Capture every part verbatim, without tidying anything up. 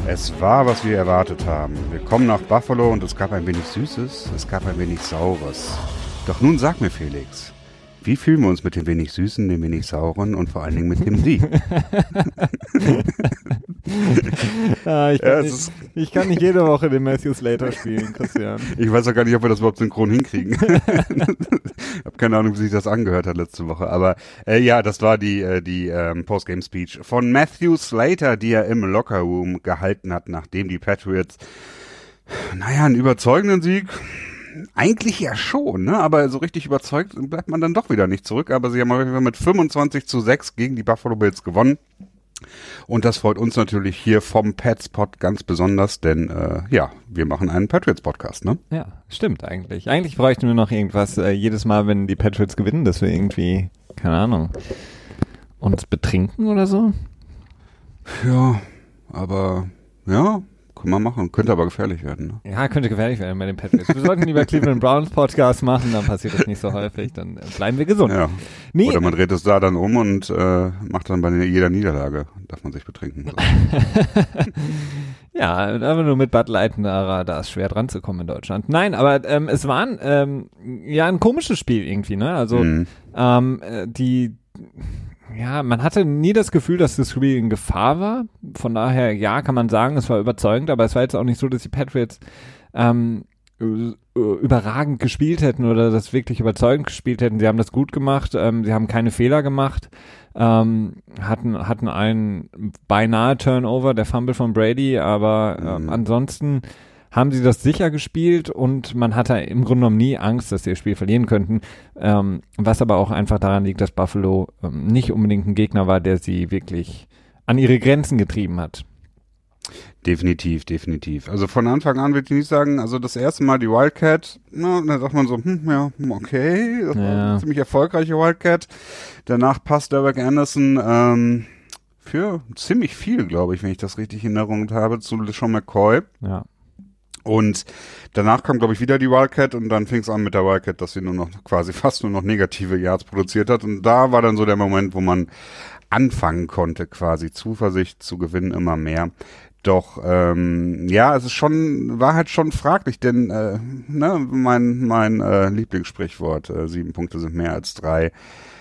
Es war, was wir erwartet haben. Wir kommen nach Buffalo und es gab ein wenig Süßes, es gab ein wenig Saures. Doch nun sag mir, Felix, wie fühlen wir uns mit dem wenig Süßen, dem wenig Sauren und vor allen Dingen mit dem Sie? ah, ich, kann Ja, nicht, ist, ich kann nicht jede Woche den Matthew Slater spielen, Christian. Ich weiß auch gar nicht, ob wir das überhaupt synchron hinkriegen. Ich habe keine Ahnung, wie sich das angehört hat letzte Woche. Aber äh, ja, das war die, äh, die ähm, Postgame-Speech von Matthew Slater, die er im Lockerroom gehalten hat, nachdem die Patriots, naja, einen überzeugenden Sieg... Eigentlich ja schon, ne? Aber so richtig überzeugt bleibt man dann doch wieder nicht zurück. Aber sie haben auf jeden Fall mit fünfundzwanzig zu sechs gegen die Buffalo Bills gewonnen. Und das freut uns natürlich hier vom Patspot ganz besonders, denn äh, ja, wir machen einen Patriots-Podcast, ne? Ja, stimmt eigentlich. Eigentlich bräuchten wir noch irgendwas, äh, jedes Mal, wenn die Patriots gewinnen, dass wir irgendwie, keine Ahnung, uns betrinken oder so. Ja, aber ja... Können wir machen, könnte aber gefährlich werden. Ne? Ja, könnte gefährlich werden bei den Patriots. Wir sollten lieber Cleveland Browns Podcast machen, dann passiert das nicht so häufig, dann bleiben wir gesund. Ja. Nee. Oder man dreht es da dann um und äh, macht dann bei jeder Niederlage, darf man sich betrinken. So. Ja, aber nur mit Bud Light, da, da ist schwer dran zu kommen in Deutschland. Nein, aber ähm, es war ein, ähm, ja, ein komisches Spiel irgendwie, ne? Also mhm. ähm, die... Ja, man hatte nie das Gefühl, dass das Spiel in Gefahr war. Von daher, ja, kann man sagen, es war überzeugend, aber es war jetzt auch nicht so, dass die Patriots ähm, überragend gespielt hätten oder das wirklich überzeugend gespielt hätten. Sie haben das gut gemacht, ähm, sie haben keine Fehler gemacht, ähm, hatten hatten einen beinahe Turnover, der Fumble von Brady, aber ähm, mhm. ansonsten haben sie das sicher gespielt und man hatte im Grunde genommen nie Angst, dass sie das Spiel verlieren könnten, ähm, was aber auch einfach daran liegt, dass Buffalo ähm, nicht unbedingt ein Gegner war, der sie wirklich an ihre Grenzen getrieben hat. Definitiv, definitiv. Also von Anfang an würde ich nicht sagen, also das erste Mal die Wildcat, na, da sagt man so, hm, ja, okay, das ja. war eine ziemlich erfolgreiche Wildcat. Danach passt Derek Anderson ähm, für ziemlich viel, glaube ich, wenn ich das richtig in Erinnerung habe, zu LeSean McCoy. Ja. Und danach kam, glaube ich, wieder die Wildcat und dann fing es an mit der Wildcat, dass sie nur noch quasi fast nur noch negative Yards produziert hat. Und da war dann so der Moment, wo man anfangen konnte, quasi Zuversicht zu gewinnen, immer mehr. Doch ähm, ja, es ist schon, war halt schon fraglich, denn äh, ne, mein mein äh, Lieblingssprichwort, äh, sieben Punkte sind mehr als drei,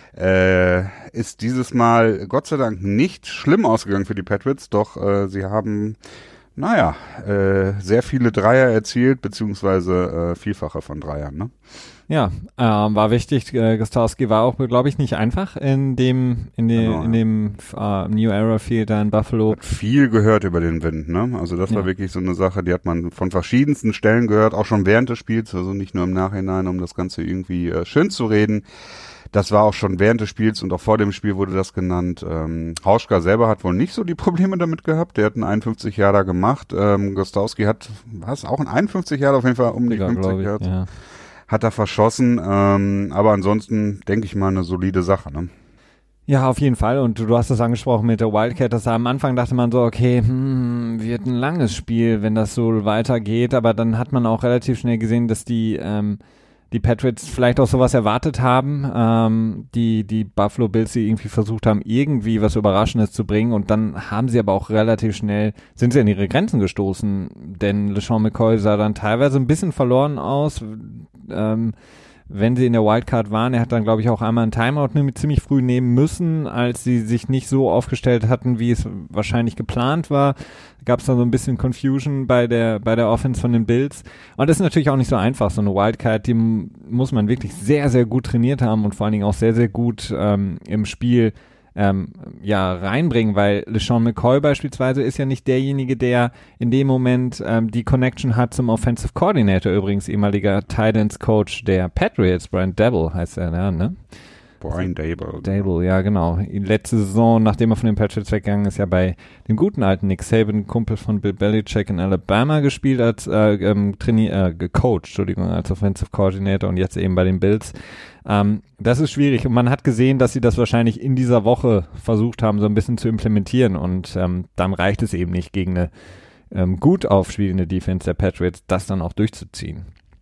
äh, ist dieses Mal Gott sei Dank nicht schlimm ausgegangen für die Patriots, doch äh, sie haben Naja, äh, sehr viele Dreier erzielt, beziehungsweise äh, Vielfache von Dreiern, ne? Ja, äh, war wichtig. Äh, Gostkowski war auch, glaube ich, nicht einfach in dem in, de, genau, in dem äh, New Era Field da in Buffalo. Hat viel gehört über den Wind, ne? Also das ja. war wirklich so eine Sache, die hat man von verschiedensten Stellen gehört, auch schon während des Spiels, also nicht nur im Nachhinein, um das Ganze irgendwie äh, schön zu reden. Das war auch schon während des Spiels und auch vor dem Spiel wurde das genannt. Ähm, Hauschka selber hat wohl nicht so die Probleme damit gehabt. Der hat einen einundfünfzig Jahre gemacht. Ähm, Gostkowski hat, was, auch einen einundfünfzig Jahre auf jeden Fall um die ja, fünfzig Jahre. Ja. Hat er verschossen. Ähm, aber ansonsten denke ich mal eine solide Sache, ne? Ja, auf jeden Fall. Und du, du hast es angesprochen mit der Wildcat. Das am Anfang dachte man so, okay, hm, wird ein langes Spiel, wenn das so weitergeht. Aber dann hat man auch relativ schnell gesehen, dass die ähm, die Patriots vielleicht auch sowas erwartet haben, ähm, die die Buffalo Bills, die irgendwie versucht haben, irgendwie was Überraschendes zu bringen, und dann haben sie aber auch relativ schnell, sind sie an ihre Grenzen gestoßen, denn LeSean McCoy sah dann teilweise ein bisschen verloren aus, ähm, wenn sie in der Wildcard waren. Er hat dann, glaube ich, auch einmal einen Timeout ziemlich früh nehmen müssen, als sie sich nicht so aufgestellt hatten, wie es wahrscheinlich geplant war. Gab es dann so ein bisschen Confusion bei der bei der Offense von den Bills. Und das ist natürlich auch nicht so einfach, so eine Wildcard, die m- muss man wirklich sehr, sehr gut trainiert haben und vor allen Dingen auch sehr, sehr gut ähm, im Spiel ähm, ja reinbringen, weil LeSean McCoy beispielsweise ist ja nicht derjenige, der in dem Moment ähm, die Connection hat zum Offensive Coordinator, übrigens ehemaliger Tight Ends Coach der Patriots, Brian Daboll heißt er, ja, ne? Brian Daboll. Daboll, ja genau. Letzte Saison, nachdem er von den Patriots weggegangen ist, ja bei dem guten alten Nick Saban, Kumpel von Bill Belichick in Alabama gespielt, als äh, ähm, Traini- äh, gecoacht, Entschuldigung, als Offensive Coordinator, und jetzt eben bei den Bills. Ähm, das ist schwierig, und man hat gesehen, dass sie das wahrscheinlich in dieser Woche versucht haben, so ein bisschen zu implementieren, und ähm, dann reicht es eben nicht gegen eine ähm, gut aufspielende Defense der Patriots, das dann auch durchzuziehen.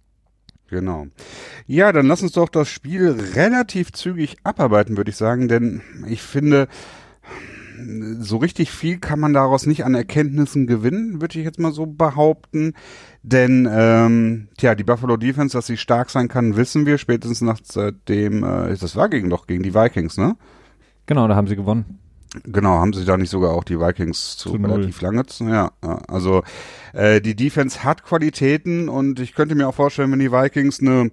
Genau. Ja, dann lass uns doch das Spiel relativ zügig abarbeiten, würde ich sagen, denn ich finde, so richtig viel kann man daraus nicht an Erkenntnissen gewinnen, würde ich jetzt mal so behaupten. Denn, ähm, tja, die Buffalo Defense, dass sie stark sein kann, wissen wir spätestens nachdem, äh, das war gegen doch gegen die Vikings, ne? Genau, da haben sie gewonnen. Genau, haben sie da nicht sogar auch die Vikings zu, zu relativ lange? Ja, ja, also äh, die Defense hat Qualitäten und ich könnte mir auch vorstellen, wenn die Vikings eine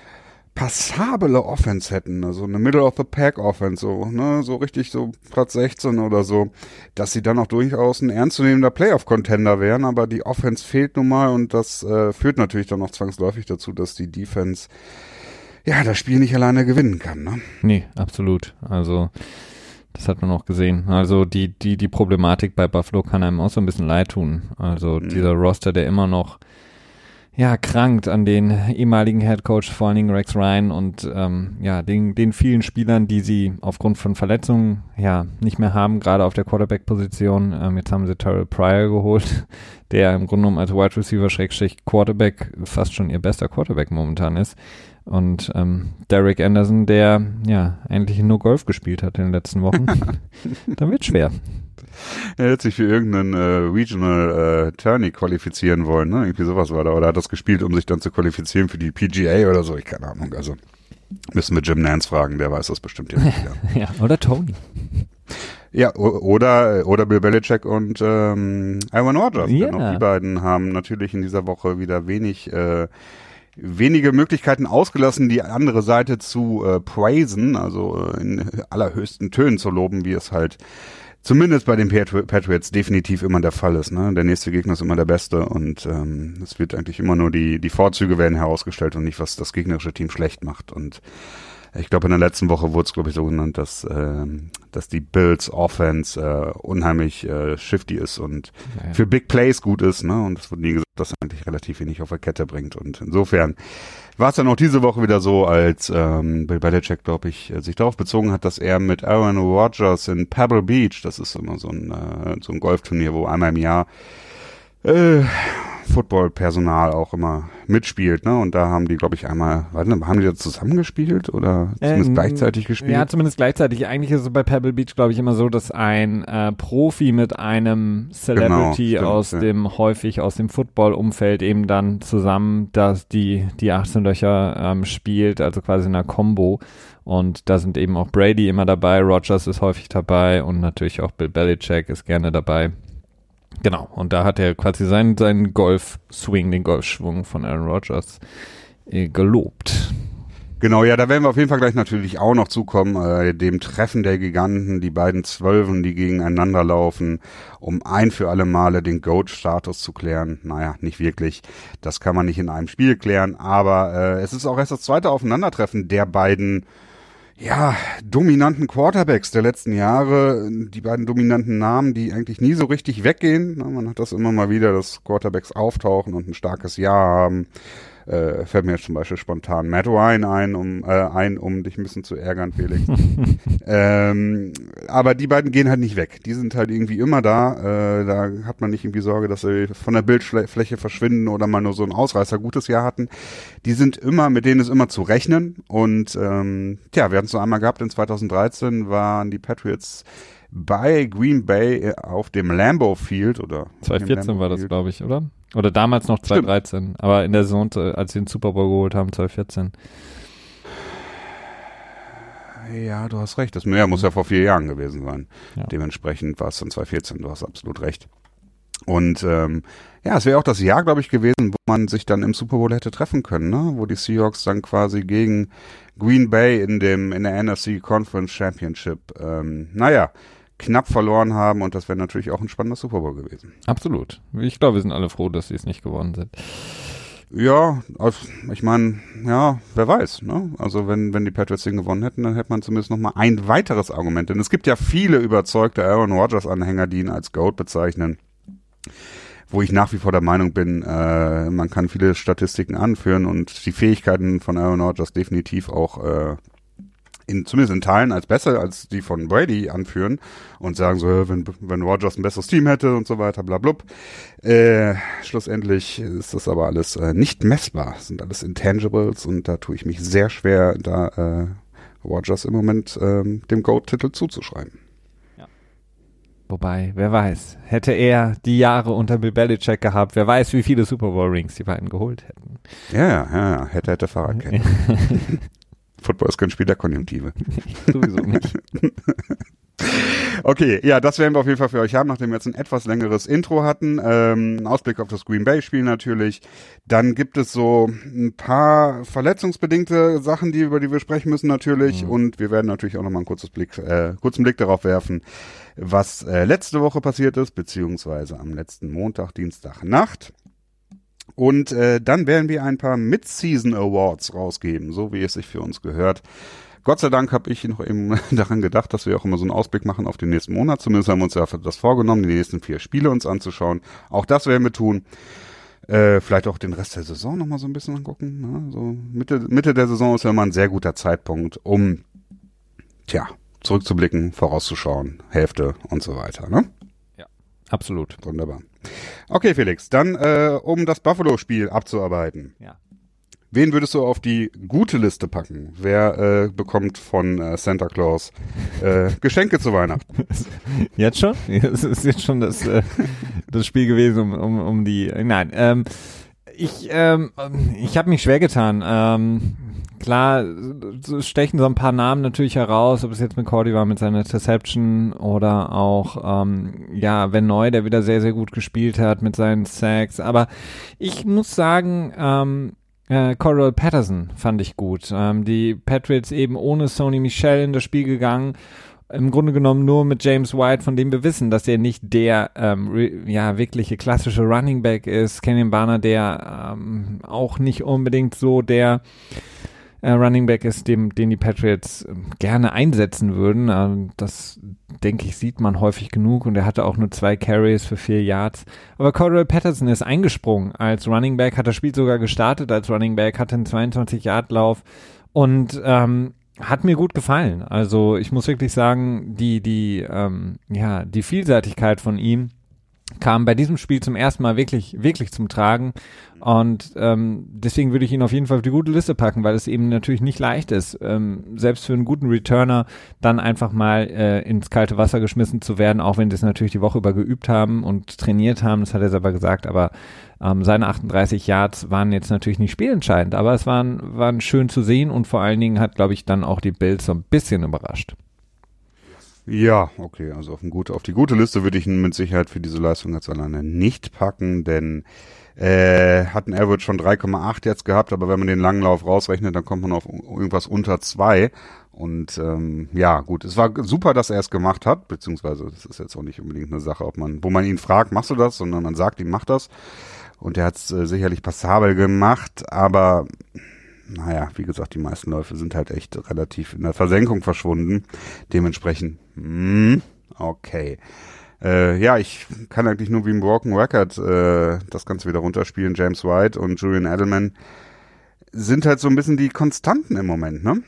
passable Offense hätten, also eine Middle-of-the-Pack-Offense, so, ne, so richtig so Platz sechzehn oder so, dass sie dann auch durchaus ein ernstzunehmender Playoff-Contender wären, aber die Offense fehlt nun mal und das äh, führt natürlich dann auch zwangsläufig dazu, dass die Defense ja das Spiel nicht alleine gewinnen kann, ne? Nee, absolut. Also das hat man auch gesehen. Also die, die, die Problematik bei Buffalo kann einem auch so ein bisschen leid tun. Also mhm. dieser Roster, der immer noch ja, krankt an den ehemaligen Headcoach, vor allen Dingen Rex Ryan und ähm, ja, den, den vielen Spielern, die sie aufgrund von Verletzungen ja nicht mehr haben, gerade auf der Quarterback-Position. Ähm, jetzt haben sie Terrell Pryor geholt, der im Grunde genommen als Wide Receiver Schrägstrich Quarterback fast schon ihr bester Quarterback momentan ist. Und ähm, Derek Anderson, der ja eigentlich nur Golf gespielt hat in den letzten Wochen. Da wird schwer. Er hätte sich für irgendeinen äh, Regional äh, Tourney qualifizieren wollen, ne? Irgendwie sowas war da. Oder hat das gespielt, um sich dann zu qualifizieren für die P G A oder so? Ich keine Ahnung. Also müssen wir Jim Nance fragen, der weiß das bestimmt jetzt wieder. Ja, oder Tony. Ja, oder oder Bill Belichick und ähm, Aaron Rodgers. Ja. Denn auch die beiden haben natürlich in dieser Woche wieder wenig äh, wenige Möglichkeiten ausgelassen, die andere Seite zu äh, praisen, also äh, in allerhöchsten Tönen zu loben, wie es halt zumindest bei den Patri- Patriots definitiv immer der Fall ist. Ne? Der nächste Gegner ist immer der beste und ähm, es wird eigentlich immer nur die die Vorzüge werden herausgestellt und nicht, was das gegnerische Team schlecht macht. Und ich glaube, in der letzten Woche wurde es, glaube ich, so genannt, dass, äh, dass die Bills Offense äh, unheimlich äh, shifty ist und ja, ja. für Big Plays gut ist. Ne? Und es wurde nie gesagt, dass er eigentlich relativ wenig auf der Kette bringt. Und insofern war es dann auch diese Woche wieder so, als ähm, Bill Belichick, glaube ich, sich darauf bezogen hat, dass er mit Aaron Rodgers in Pebble Beach, das ist immer so ein, äh, so ein Golfturnier, wo einmal im Jahr äh, Football-Personal auch immer mitspielt, ne? Und da haben die, glaube ich, einmal, warte, haben die da zusammengespielt oder zumindest ähm, gleichzeitig gespielt? Ja, zumindest gleichzeitig. Eigentlich ist es bei Pebble Beach, glaube ich, immer so, dass ein äh, Profi mit einem Celebrity genau, stimmt, aus ja. dem, häufig aus dem Football-Umfeld eben dann zusammen, dass die, die achtzehn Löcher ähm, spielt, also quasi in einer Combo. Und da sind eben auch Brady immer dabei, Rodgers ist häufig dabei und natürlich auch Bill Belichick ist gerne dabei. Genau, und da hat er quasi seinen, seinen Golf-Swing, den Golfschwung von Aaron Rodgers äh, gelobt. Genau, ja, da werden wir auf jeden Fall gleich natürlich auch noch zukommen, äh, dem Treffen der Giganten, die beiden Zwölfen, die gegeneinander laufen, um ein für alle Male den GOAT-Status zu klären. Naja, nicht wirklich, das kann man nicht in einem Spiel klären, aber äh, es ist auch erst das zweite Aufeinandertreffen der beiden ja, dominanten Quarterbacks der letzten Jahre, die beiden dominanten Namen, die eigentlich nie so richtig weggehen. Man hat das immer mal wieder, dass Quarterbacks auftauchen und ein starkes Jahr haben. Äh, fällt mir jetzt zum Beispiel spontan Matt Ryan ein, um, äh, ein, um dich ein bisschen zu ärgern, Felix. ähm, aber die beiden gehen halt nicht weg. Die sind halt irgendwie immer da. Äh, da hat man nicht irgendwie Sorge, dass sie von der Bildfläche verschwinden oder mal nur so ein Ausreißer gutes Jahr hatten. Die sind immer, mit denen ist immer zu rechnen. Und ähm, tja, wir hatten es so einmal gehabt, in zweitausenddreizehn waren die Patriots bei Green Bay auf dem Lambeau Field oder zweitausendvierzehn war das, glaube ich, oder? Oder damals noch zweitausenddreizehn, Stimmt. aber in der Saison, als sie den Super Bowl geholt haben, zweitausendvierzehn. Ja, du hast recht. Das ja, muss ja vor vier Jahren gewesen sein. Ja. Dementsprechend war es dann zweitausendvierzehn, du hast absolut recht. Und ähm, ja, es wäre auch das Jahr, glaube ich, gewesen, wo man sich dann im Super Bowl hätte treffen können, ne? Wo die Seahawks dann quasi gegen Green Bay in dem in der N F C Conference Championship, ähm, naja, knapp verloren haben und das wäre natürlich auch ein spannender Super Bowl gewesen. Absolut. Ich glaube, wir sind alle froh, dass sie es nicht gewonnen sind. Ja, also ich meine, ja, wer weiß, ne? Also wenn wenn die Patriots den gewonnen hätten, dann hätte man zumindest noch mal ein weiteres Argument. Denn es gibt ja viele überzeugte Aaron Rodgers-Anhänger, die ihn als GOAT bezeichnen. Wo ich nach wie vor der Meinung bin, äh, man kann viele Statistiken anführen und die Fähigkeiten von Aaron Rodgers definitiv auch äh, in, zumindest in Teilen als besser als die von Brady anführen und sagen so, wenn, wenn Rodgers ein besseres Team hätte und so weiter, bla blub. Äh, schlussendlich ist das aber alles äh, nicht messbar. Das sind alles Intangibles und da tue ich mich sehr schwer, da äh, Rodgers im Moment äh, dem GOAT-Titel zuzuschreiben. Ja. Wobei, wer weiß, hätte er die Jahre unter Bill Belichick gehabt, wer weiß, wie viele Super Bowl Rings die beiden geholt hätten. Ja, ja, ja, hätte, hätte Fahrradkette. Football ist kein Spiel der Konjunktive. Sowieso nicht. Okay, ja, das werden wir auf jeden Fall für euch haben, nachdem wir jetzt ein etwas längeres Intro hatten. Ähm, ein Ausblick auf das Green Bay-Spiel natürlich. Dann gibt es so ein paar verletzungsbedingte Sachen, die über die wir sprechen müssen natürlich. Mhm. Und wir werden natürlich auch nochmal einen kurzes Blick, äh, kurzen Blick darauf werfen, was äh, letzte Woche passiert ist, beziehungsweise am letzten Montag, Dienstag Nacht. Und äh, dann werden wir ein paar Mid-Season Awards rausgeben, so wie es sich für uns gehört. Gott sei Dank habe ich noch eben daran gedacht, dass wir auch immer so einen Ausblick machen auf den nächsten Monat. Zumindest haben wir uns ja das vorgenommen, die nächsten vier Spiele uns anzuschauen. Auch das werden wir tun. Äh, vielleicht auch den Rest der Saison nochmal so ein bisschen angucken. Ne? So Mitte, Mitte der Saison ist ja immer ein sehr guter Zeitpunkt, um tja, zurückzublicken, vorauszuschauen, Hälfte und so weiter. Ne? Ja, absolut. Wunderbar. Okay, Felix, dann äh, um das Buffalo-Spiel abzuarbeiten. Ja. Wen würdest du auf die gute Liste packen? Wer äh, bekommt von äh, Santa Claus äh, Geschenke zu Weihnachten? Jetzt schon? Das ist jetzt schon das, äh, das Spiel gewesen um, um, um die... Nein, ähm, ich, ähm, ich habe mich schwer getan. Ähm, klar, so stechen so ein paar Namen natürlich heraus, ob es jetzt McCourty war mit seiner Interception oder auch, ähm, ja, Van Noy, der wieder sehr, sehr gut gespielt hat mit seinen Sacks. Aber ich muss sagen... Ähm, Äh, Cordarrelle Patterson fand ich gut. Ähm, die Patriots eben ohne Sony Michel in das Spiel gegangen. Im Grunde genommen nur mit James White, von dem wir wissen, dass er nicht der ähm, re- ja wirkliche klassische Running Back ist. Kenyon Barner, der ähm, auch nicht unbedingt so der äh, Running Back ist, dem, den die Patriots äh, gerne einsetzen würden. Ähm, das, denke ich, sieht man häufig genug und er hatte auch nur zwei Carries für vier Yards. Aber Cordarrelle Patterson ist eingesprungen als Running Back, hat das Spiel sogar gestartet als Running Back, hatte einen zweiundzwanzig-Yard-Lauf und ähm, hat mir gut gefallen. Also ich muss wirklich sagen, die, die, ähm, ja, die Vielseitigkeit von ihm kam bei diesem Spiel zum ersten Mal wirklich, wirklich zum Tragen und ähm, deswegen würde ich ihn auf jeden Fall auf die gute Liste packen, weil es eben natürlich nicht leicht ist, ähm, selbst für einen guten Returner dann einfach mal äh, ins kalte Wasser geschmissen zu werden, auch wenn sie es natürlich die Woche über geübt haben und trainiert haben, das hat er selber gesagt, aber ähm, seine achtunddreißig Yards waren jetzt natürlich nicht spielentscheidend, aber es waren, waren schön zu sehen und vor allen Dingen hat, glaube ich, dann auch die Bills so ein bisschen überrascht. Ja, okay, also auf, ein gute, auf die gute Liste würde ich ihn mit Sicherheit für diese Leistung jetzt alleine nicht packen, denn äh, hat ein Average von drei Komma acht jetzt gehabt, aber wenn man den langen Lauf rausrechnet, dann kommt man auf irgendwas unter zwei und ähm, ja, gut, es war super, dass er es gemacht hat, beziehungsweise das ist jetzt auch nicht unbedingt eine Sache, ob man, wo man ihn fragt, machst du das, sondern man sagt ihm, mach das und er hat es äh, sicherlich passabel gemacht, aber naja, wie gesagt, die meisten Läufe sind halt echt relativ in der Versenkung verschwunden. Dementsprechend, mh, okay. Äh, ja, ich kann eigentlich nur wie ein Broken Record äh, das Ganze wieder runterspielen. James White und Julian Edelman sind halt so ein bisschen die Konstanten im Moment, ne?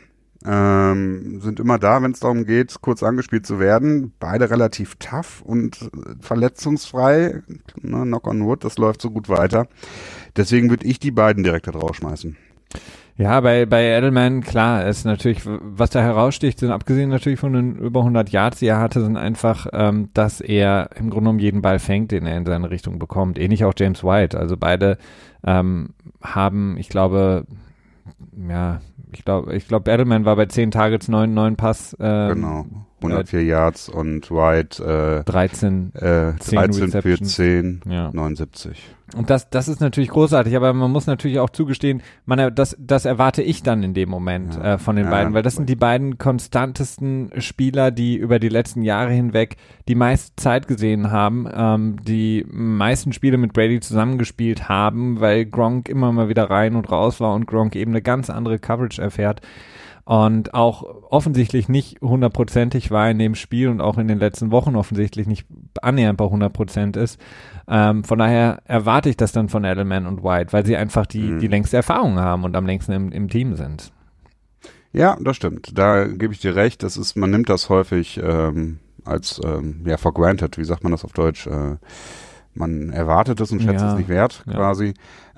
Ähm, sind immer da, wenn es darum geht, kurz angespielt zu werden. Beide relativ tough und verletzungsfrei. Ne, knock on wood, das läuft so gut weiter. Deswegen würde ich die beiden direkt da rausschmeißen. Ja, bei, bei Edelman, klar, ist natürlich, was da heraussticht, sind abgesehen natürlich von den über hundert Yards, die er hatte, sind einfach, ähm, dass er im Grunde genommen jeden Ball fängt, den er in seine Richtung bekommt. Ähnlich auch James White. Also beide ähm, haben, ich glaube, ja, ich glaube, ich glaube, Edelman war bei zehn Targets, neun, neun Pass. Ähm, genau, hundertvier äh, Yards und White äh, dreizehn, äh, dreizehn für zehn, ja. neunundsiebzig. Und das, das ist natürlich großartig, aber man muss natürlich auch zugestehen, man, das, das erwarte ich dann in dem Moment ja. äh, von den ja, beiden, weil das sind die beiden konstantesten Spieler, die über die letzten Jahre hinweg die meiste Zeit gesehen haben, ähm, die meisten Spiele mit Brady zusammengespielt haben, weil Gronk immer mal wieder rein und raus war und Gronk eben eine ganz andere Coverage erfährt. Und auch offensichtlich nicht hundertprozentig war in dem Spiel und auch in den letzten Wochen offensichtlich nicht annähernd bei hundert Prozent ist. Ähm, von daher erwarte ich das dann von Edelman und White, weil sie einfach die, mhm. die längste Erfahrung haben und am längsten im, im Team sind. Ja, das stimmt. Da gebe ich dir recht. Das ist, man nimmt das häufig ähm, als ähm, ja for granted. Wie sagt man das auf Deutsch? Äh, man erwartet es und schätzt Ja, es nicht wert, ja. quasi.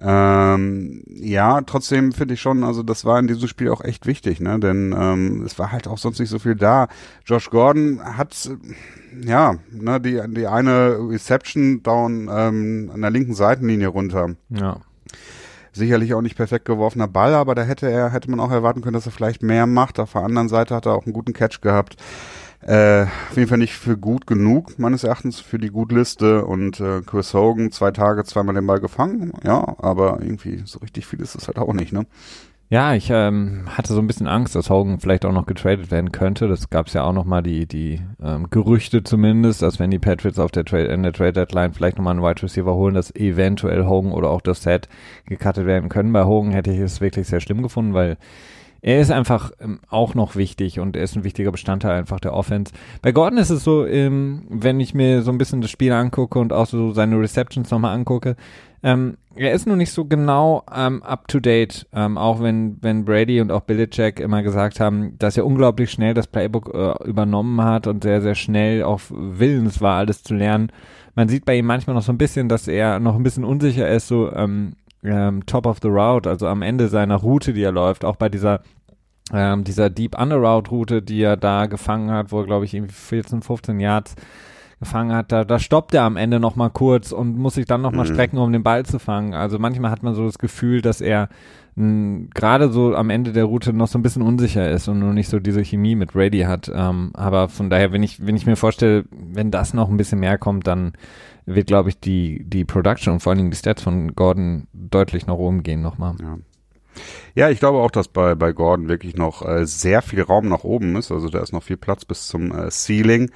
Ähm, ja, trotzdem finde ich schon, also das war in diesem Spiel auch echt wichtig, ne, denn ähm, es war halt auch sonst nicht so viel da. Josh Gordon hat, ja, ne, die, die eine Reception down ähm, an der linken Seitenlinie runter. Ja. Sicherlich auch nicht perfekt geworfener Ball, aber da hätte er, hätte man auch erwarten können, dass er vielleicht mehr macht. Auf der anderen Seite hat er auch einen guten Catch gehabt. Äh, auf jeden Fall nicht für gut genug, meines Erachtens, für die Gutliste. Und äh, Chris Hogan, zwei Tage, zweimal den Ball gefangen. Ja, aber irgendwie so richtig viel ist es halt auch nicht, ne? Ja, ich ähm, hatte so ein bisschen Angst, dass Hogan vielleicht auch noch getradet werden könnte. Das gab es ja auch nochmal die, die ähm, Gerüchte zumindest, dass wenn die Patriots auf der Trade, in der Trade Deadline vielleicht nochmal einen Wide Receiver holen, dass eventuell Hogan oder auch das Set gecuttet werden können. Bei Hogan hätte ich es wirklich sehr schlimm gefunden, weil er ist einfach ähm, auch noch wichtig und er ist ein wichtiger Bestandteil einfach der Offense. Bei Gordon ist es so, ähm, wenn ich mir so ein bisschen das Spiel angucke und auch so seine Receptions nochmal angucke, ähm, er ist nur nicht so genau ähm, up-to-date, ähm, auch wenn wenn Brady und auch Belichick immer gesagt haben, dass er unglaublich schnell das Playbook äh, übernommen hat und sehr, sehr schnell auch willens war, alles zu lernen. Man sieht bei ihm manchmal noch so ein bisschen, dass er noch ein bisschen unsicher ist, so ähm, ähm, top of the route, also am Ende seiner Route, die er läuft, auch bei dieser ähm, dieser Deep Under-Route Route, die er da gefangen hat, wo er, glaube ich, irgendwie vierzehn, fünfzehn Yards gefangen hat, da, da stoppt er am Ende noch mal kurz und muss sich dann noch mal Mhm. strecken, um den Ball zu fangen. Also manchmal hat man so das Gefühl, dass er gerade so am Ende der Route noch so ein bisschen unsicher ist und nur nicht so diese Chemie mit Brady hat. Ähm, aber von daher, wenn ich wenn ich mir vorstelle, wenn das noch ein bisschen mehr kommt, dann wird, glaube ich, die die Production und vor allen Dingen die Stats von Gordon deutlich nach oben gehen nochmal. Ja. Ja, ich glaube auch, dass bei bei Gordon wirklich noch äh, sehr viel Raum nach oben ist. Also da ist noch viel Platz bis zum äh, Ceiling.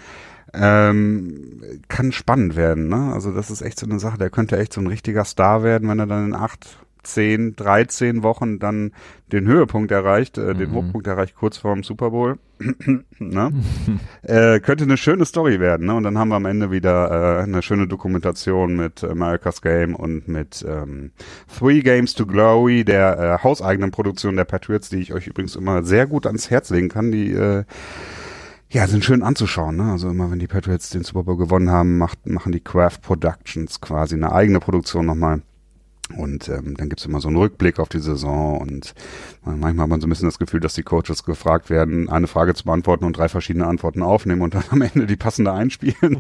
Ähm, kann spannend werden, ne? Also das ist echt so eine Sache, der könnte echt so ein richtiger Star werden, wenn er dann in acht, zehn, dreizehn Wochen dann den Höhepunkt erreicht, äh, mhm. den Hochpunkt erreicht, kurz vor dem Super Bowl. ne? äh, könnte eine schöne Story werden, ne? Und dann haben wir am Ende wieder äh, eine schöne Dokumentation mit America's Game und mit ähm, Three Games to Glory, der äh, hauseigenen Produktion der Patriots, die ich euch übrigens immer sehr gut ans Herz legen kann, die äh, ja, sind schön anzuschauen, ne? Also immer, wenn die Patriots den Super Bowl gewonnen haben, macht, machen die Kraft Productions quasi eine eigene Produktion nochmal. Und ähm, dann gibt's immer so einen Rückblick auf die Saison und manchmal hat man so ein bisschen das Gefühl, dass die Coaches gefragt werden, eine Frage zu beantworten und drei verschiedene Antworten aufnehmen und dann am Ende die passende einspielen.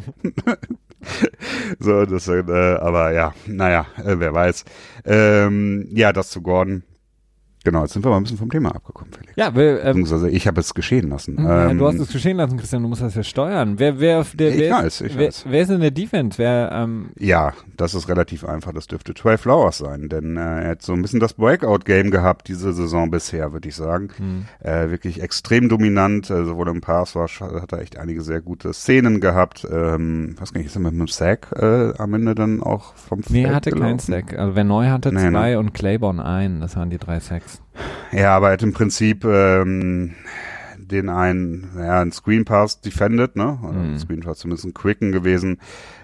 so, das, äh, aber ja, naja, äh, wer weiß. Ähm, ja, das zu Gordon. Genau, jetzt sind wir mal ein bisschen vom Thema abgekommen, Felix. Ja, wir, ähm, also ich habe es geschehen lassen. Ja, ähm, du hast es geschehen lassen, Christian, du musst das ja steuern. Wer, wer, der, ich wer, weiß, ist, ich wer, weiß. wer ist in der Defense? Wer, ähm, Ja, das ist relativ einfach. Das dürfte Trey Flowers sein, denn äh, er hat so ein bisschen das Breakout-Game gehabt diese Saison bisher, würde ich sagen. hm. Äh, wirklich extrem dominant, äh, sowohl im Pass war, hat er echt einige sehr gute Szenen gehabt. Ähm, weiß gar nicht, ist er mit einem Sack äh, am Ende dann auch vom Feld Nee, er hatte gelaufen? keinen Sack. Also wer neu hatte, Nee, zwei ne? und Claiborne ein. Das waren die drei Sacks. Ja, aber er hat im Prinzip ähm, den einen, ja, einen Screen Pass defended, ne? Oder Mhm. ein Screen Pass zumindest ein Quicken gewesen,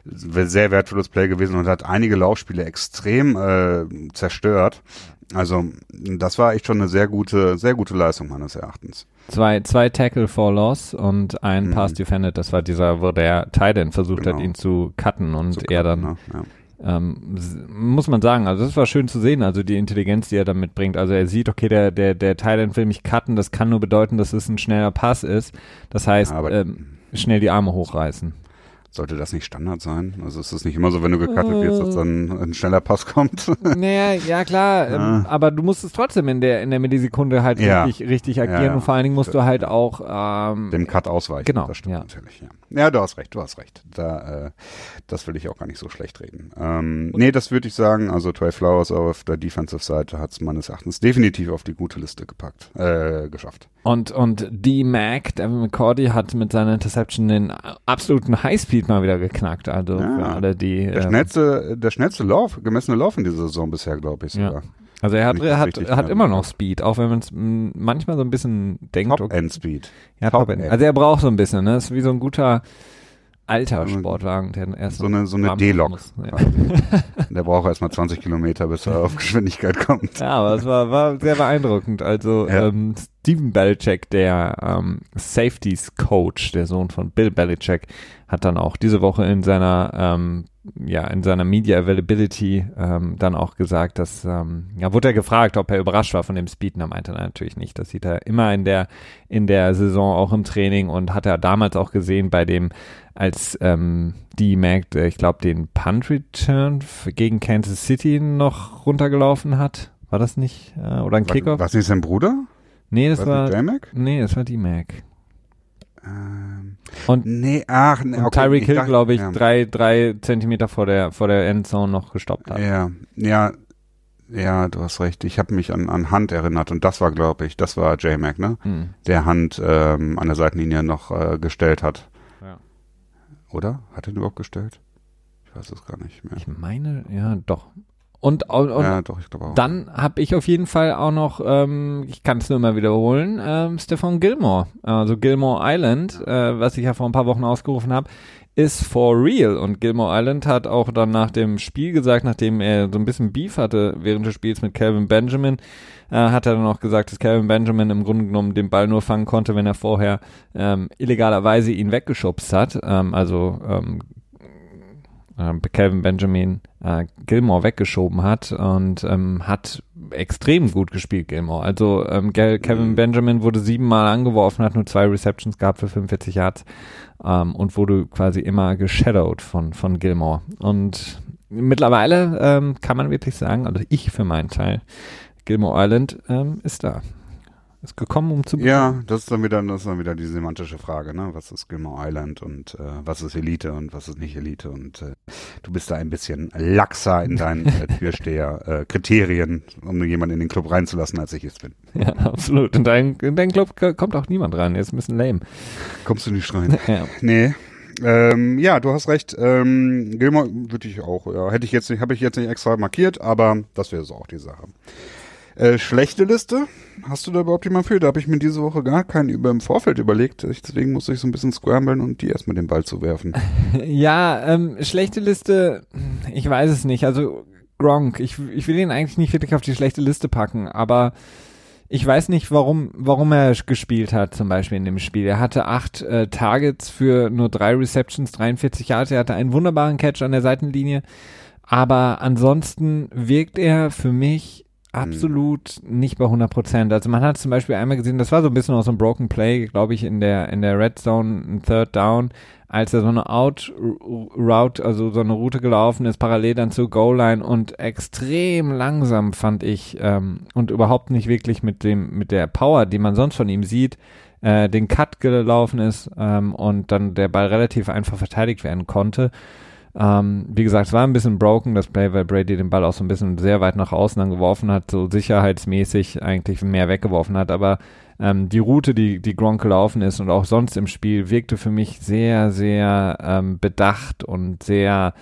sehr wertvolles Play gewesen und hat einige Laufspiele extrem äh, zerstört. Also das war echt schon eine sehr gute, sehr gute Leistung meines Erachtens. Zwei, zwei Tackle for Loss und ein Mhm. Pass defended. Das war dieser, wo der Tight End versucht Genau. hat, ihn zu cutten und Zu er cutten, dann ne? Ja. Ähm, muss man sagen, also das war schön zu sehen, also die Intelligenz, die er da mitbringt. Also er sieht, okay, der der der Thailand will mich cutten, das kann nur bedeuten, dass es ein schneller Pass ist. Das heißt, Ja, aber ähm, schnell die Arme hochreißen. Sollte das nicht Standard sein? Also ist es nicht immer so, wenn du gecuttet wirst, dass dann ein schneller Pass kommt? Naja, ja klar, ähm, Ah. aber du musst es trotzdem in der in der Millisekunde halt Ja. richtig richtig agieren Ja, ja. und vor allen Dingen musst du halt auch ähm, Dem Cut ausweichen. Genau, Das stimmt ja. natürlich, ja. Ja, du hast recht, du hast recht. Da, äh, das will ich auch gar nicht so schlecht reden. Ähm, nee, das würde ich sagen, also Trey Flowers auf der Defensive-Seite hat es meines Erachtens definitiv auf die gute Liste gepackt, äh, geschafft. Und, und D-Mac, Devin McCourty, hat mit seiner Interception den absoluten Highspeed mal wieder geknackt. Also Ja, für alle, die. Der ähm, schnellste, der schnellste Lauf, gemessene Lauf in dieser Saison bisher, glaube ich sogar. Ja. Also er hat, Wenn ich das hat, richtig hat kann. immer noch Speed, auch wenn man es manchmal so ein bisschen denkt. okay, Top-End-Speed. ja, Top Top-End. End. Also er braucht so ein bisschen, ne? Das ist wie so ein guter alter Sportwagen, der erst So eine, so eine warm D-Lok. muss. Ja. Der braucht erstmal zwanzig Kilometer, bis er auf Geschwindigkeit kommt. Ja, aber es war, war sehr beeindruckend. Also Ja. ähm, Steven Belichick, der ähm, Safeties Coach, der Sohn von Bill Belichick, hat dann auch diese Woche in seiner ähm, ja, in seiner Media Availability ähm, dann auch gesagt, dass, ähm, ja, wurde er gefragt, ob er überrascht war von dem Speed, und er meinte natürlich nicht. Das sieht er immer in der, in der Saison, auch im Training, und hat er damals auch gesehen bei dem, als ähm, die Mac, ich glaube, den Punt Return gegen Kansas City noch runtergelaufen hat. War das nicht? Äh, oder ein war, Kickoff? War es nicht sein Bruder? Nee, das war war, J-Mac? nee, das war die Mac. Ähm, und nee, ach, nee, und okay, Tyreek Hill, glaube ich, ja. drei, drei Zentimeter vor der, vor der Endzone noch gestoppt hat. Ja, ja, ja, du hast recht. Ich habe mich an, an Hunt erinnert, und das war, glaube ich, das war J-Mac, ne? Hm. Der Hunt ähm, an der Seitenlinie noch äh, gestellt hat. Ja. Oder? Hat er ihn überhaupt gestellt? Ich weiß es gar nicht mehr. Ich meine, ja, doch. Und, und, und ja, doch, ich glaube auch. Dann habe ich auf jeden Fall auch noch, ähm, ich kann es nur immer wiederholen, ähm, Stephon Gilmore, also Gilmore Island, äh, was ich ja vor ein paar Wochen ausgerufen habe, ist for real. Und Gilmore Island hat auch dann nach dem Spiel gesagt, nachdem er so ein bisschen Beef hatte während des Spiels mit Kelvin Benjamin, äh, hat er dann auch gesagt, dass Kelvin Benjamin im Grunde genommen den Ball nur fangen konnte, wenn er vorher ähm, illegalerweise ihn weggeschubst hat. Ähm, also ähm, Kelvin Benjamin äh, Gilmore weggeschoben hat, und ähm, hat extrem gut gespielt, Gilmore. Also ähm, Kelvin mhm. Benjamin wurde siebenmal angeworfen, hat nur zwei Receptions gehabt für fünfundvierzig Yards ähm, und wurde quasi immer geshadowed von, von Gilmore. Und mittlerweile ähm, kann man wirklich sagen, also ich für meinen Teil, Gilmore Island ähm, ist da. Ist gekommen, um zu bekommen. Ja, das ist dann wieder, das ist dann wieder die semantische Frage, ne? Was ist Gilmore Island und äh, was ist Elite und was ist nicht Elite? Und äh, du bist da ein bisschen laxer in deinen äh, Türsteher-Kriterien, äh, um jemanden in den Club reinzulassen, als ich es bin. Ja, absolut. In deinen in dein Club kommt auch niemand rein. Jetzt ein bisschen lame. Kommst du nicht rein? Ja. Nee. Ähm, ja, du hast recht. Ähm, Gilmore würde ich auch, ja, hätte ich jetzt nicht, habe ich jetzt nicht extra markiert, aber das wäre so auch die Sache. Äh, schlechte Liste? Hast du da überhaupt jemanden für? Da habe ich mir diese Woche gar keinen über im Vorfeld überlegt. Ich, deswegen musste ich so ein bisschen scramblen und die erstmal den Ball zu werfen. Ja, ähm, schlechte Liste, ich weiß es nicht. Also Gronk, ich, ich will ihn eigentlich nicht wirklich auf die schlechte Liste packen, aber ich weiß nicht, warum, warum er gespielt hat, zum Beispiel in dem Spiel. Er hatte acht äh, Targets für nur drei Receptions, dreiundvierzig Yards. Er hatte einen wunderbaren Catch an der Seitenlinie, aber ansonsten wirkt er für mich absolut nicht bei hundert Prozent. Also man hat zum Beispiel einmal gesehen, das war so ein bisschen auch so ein Broken Play, glaube ich, in der in der Red Zone, ein Third Down, als er so eine Out-Route, also so eine Route gelaufen ist, parallel dann zur Goal-Line, und extrem langsam, fand ich, ähm, und überhaupt nicht wirklich mit dem mit der Power, die man sonst von ihm sieht, äh, den Cut gelaufen ist ähm, und dann der Ball relativ einfach verteidigt werden konnte. Ähm, wie gesagt, es war ein bisschen broken, das Play, weil Brady den Ball auch so ein bisschen sehr weit nach außen dann geworfen hat, so sicherheitsmäßig eigentlich mehr weggeworfen hat, aber ähm, die Route, die, die Gronk gelaufen ist und auch sonst im Spiel, wirkte für mich sehr, sehr ähm, bedacht und sehr,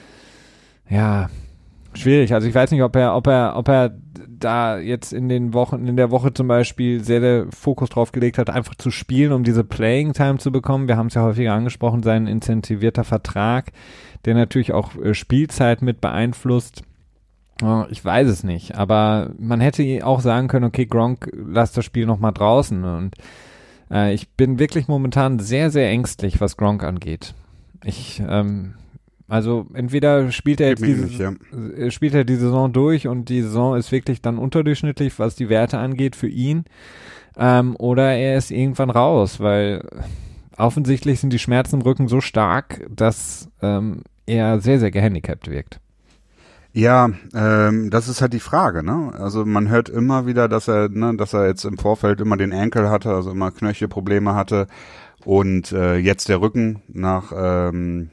ja, schwierig. Also ich weiß nicht, ob er, ob er, ob er da jetzt in den Wochen, in der Woche zum Beispiel sehr der Fokus drauf gelegt hat, einfach zu spielen, um diese Playing Time zu bekommen. Wir haben es ja häufiger angesprochen, sein incentivierter Vertrag, der natürlich auch äh, Spielzeit mit beeinflusst. Oh, ich weiß es nicht, aber man hätte auch sagen können, okay, Gronk, lass das Spiel nochmal draußen, und äh, ich bin wirklich momentan sehr, sehr ängstlich, was Gronk angeht. Ich, ähm, also entweder spielt er jetzt diese, nicht, ja. spielt er die Saison durch und die Saison ist wirklich dann unterdurchschnittlich, was die Werte angeht für ihn, ähm, oder er ist irgendwann raus, weil offensichtlich sind die Schmerzen im Rücken so stark, dass ähm, er sehr, sehr gehandicapt wirkt. Ja, ähm, das ist halt die Frage, ne? Also man hört immer wieder, dass er, ne, dass er jetzt im Vorfeld immer den Ankle hatte, also immer Knöchelprobleme hatte, und äh, jetzt der Rücken nach ähm,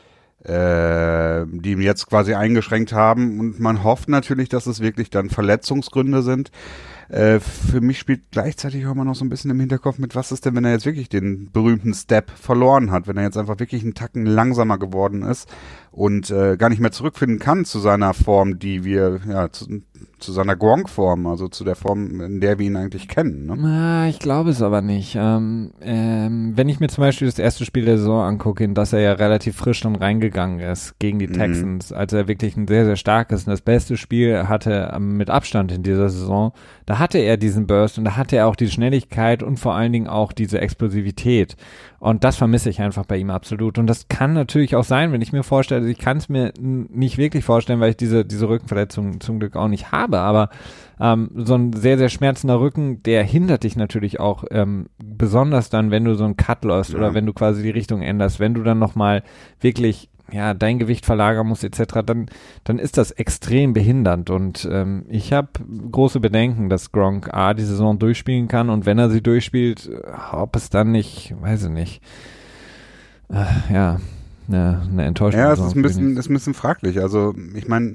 äh, die ihm jetzt quasi eingeschränkt haben, und man hofft natürlich, dass es wirklich dann Verletzungsgründe sind. Äh, für mich spielt gleichzeitig auch immer noch so ein bisschen im Hinterkopf mit, was ist denn, wenn er jetzt wirklich den berühmten Step verloren hat, wenn er jetzt einfach wirklich einen Tacken langsamer geworden ist und äh, gar nicht mehr zurückfinden kann zu seiner Form, die wir, ja, zu, zu seiner Gronk-Form, also zu der Form, in der wir ihn eigentlich kennen. Ne? Na, ich glaube es aber nicht. Ähm, ähm, wenn ich mir zum Beispiel das erste Spiel der Saison angucke, in das er ja relativ frisch dann reingegangen ist gegen die Texans, mhm. als er wirklich ein sehr, sehr starkes und das beste Spiel hatte ähm, mit Abstand in dieser Saison, da da hatte er diesen Burst und da hatte er auch die Schnelligkeit und vor allen Dingen auch diese Explosivität. Und das vermisse ich einfach bei ihm absolut. Und das kann natürlich auch sein, wenn ich mir vorstelle, ich kann es mir n- nicht wirklich vorstellen, weil ich diese, diese Rückenverletzung zum Glück auch nicht habe, aber ähm, so ein sehr, sehr schmerzender Rücken, der hindert dich natürlich auch, ähm, besonders dann, wenn du so einen Cut läufst Ja. oder wenn du quasi die Richtung änderst, wenn du dann nochmal wirklich ja, dein Gewicht verlagern musst et cetera, dann, dann ist das extrem behindernd und ähm, ich habe große Bedenken, dass Gronk A die Saison durchspielen kann und wenn er sie durchspielt, ob es dann nicht, weiß ich nicht, äh, ja, eine, eine Enttäuschung. Ja, es ist ein bisschen, ist ein bisschen fraglich. Also ich meine,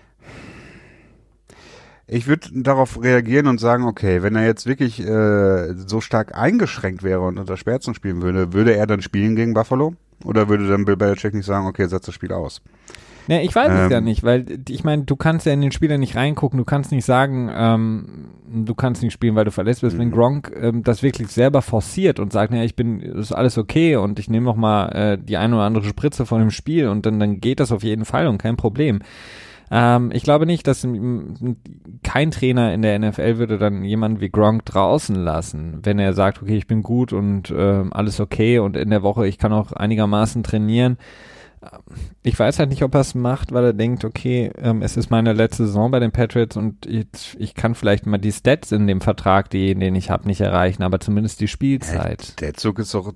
ich würde darauf reagieren und sagen, okay, wenn er jetzt wirklich äh, so stark eingeschränkt wäre und unter Schmerzen spielen würde, würde er dann spielen gegen Buffalo? Oder würde dann Bill Belichick nicht sagen, okay, setz das Spiel aus? Ja, ich weiß ähm, es ja nicht, weil ich meine, du kannst ja in den Spieler nicht reingucken, du kannst nicht sagen, ähm, du kannst nicht spielen, weil du verletzt bist. Mhm. Wenn Gronk ähm, das wirklich selber forciert und sagt, naja, ich bin, ist alles okay und ich nehme noch mal äh, die eine oder andere Spritze von dem Spiel und dann, dann geht das auf jeden Fall und kein Problem. Ähm, ich glaube nicht, dass m, kein Trainer in der N F L würde dann jemanden wie Gronk draußen lassen, wenn er sagt, okay, ich bin gut und äh, alles okay und in der Woche, ich kann auch einigermaßen trainieren. Ich weiß halt nicht, ob er es macht, weil er denkt, okay, ähm, es ist meine letzte Saison bei den Patriots und ich, ich kann vielleicht mal die Stats in dem Vertrag, die, den ich habe, nicht erreichen, aber zumindest die Spielzeit. Der Zug ist doch,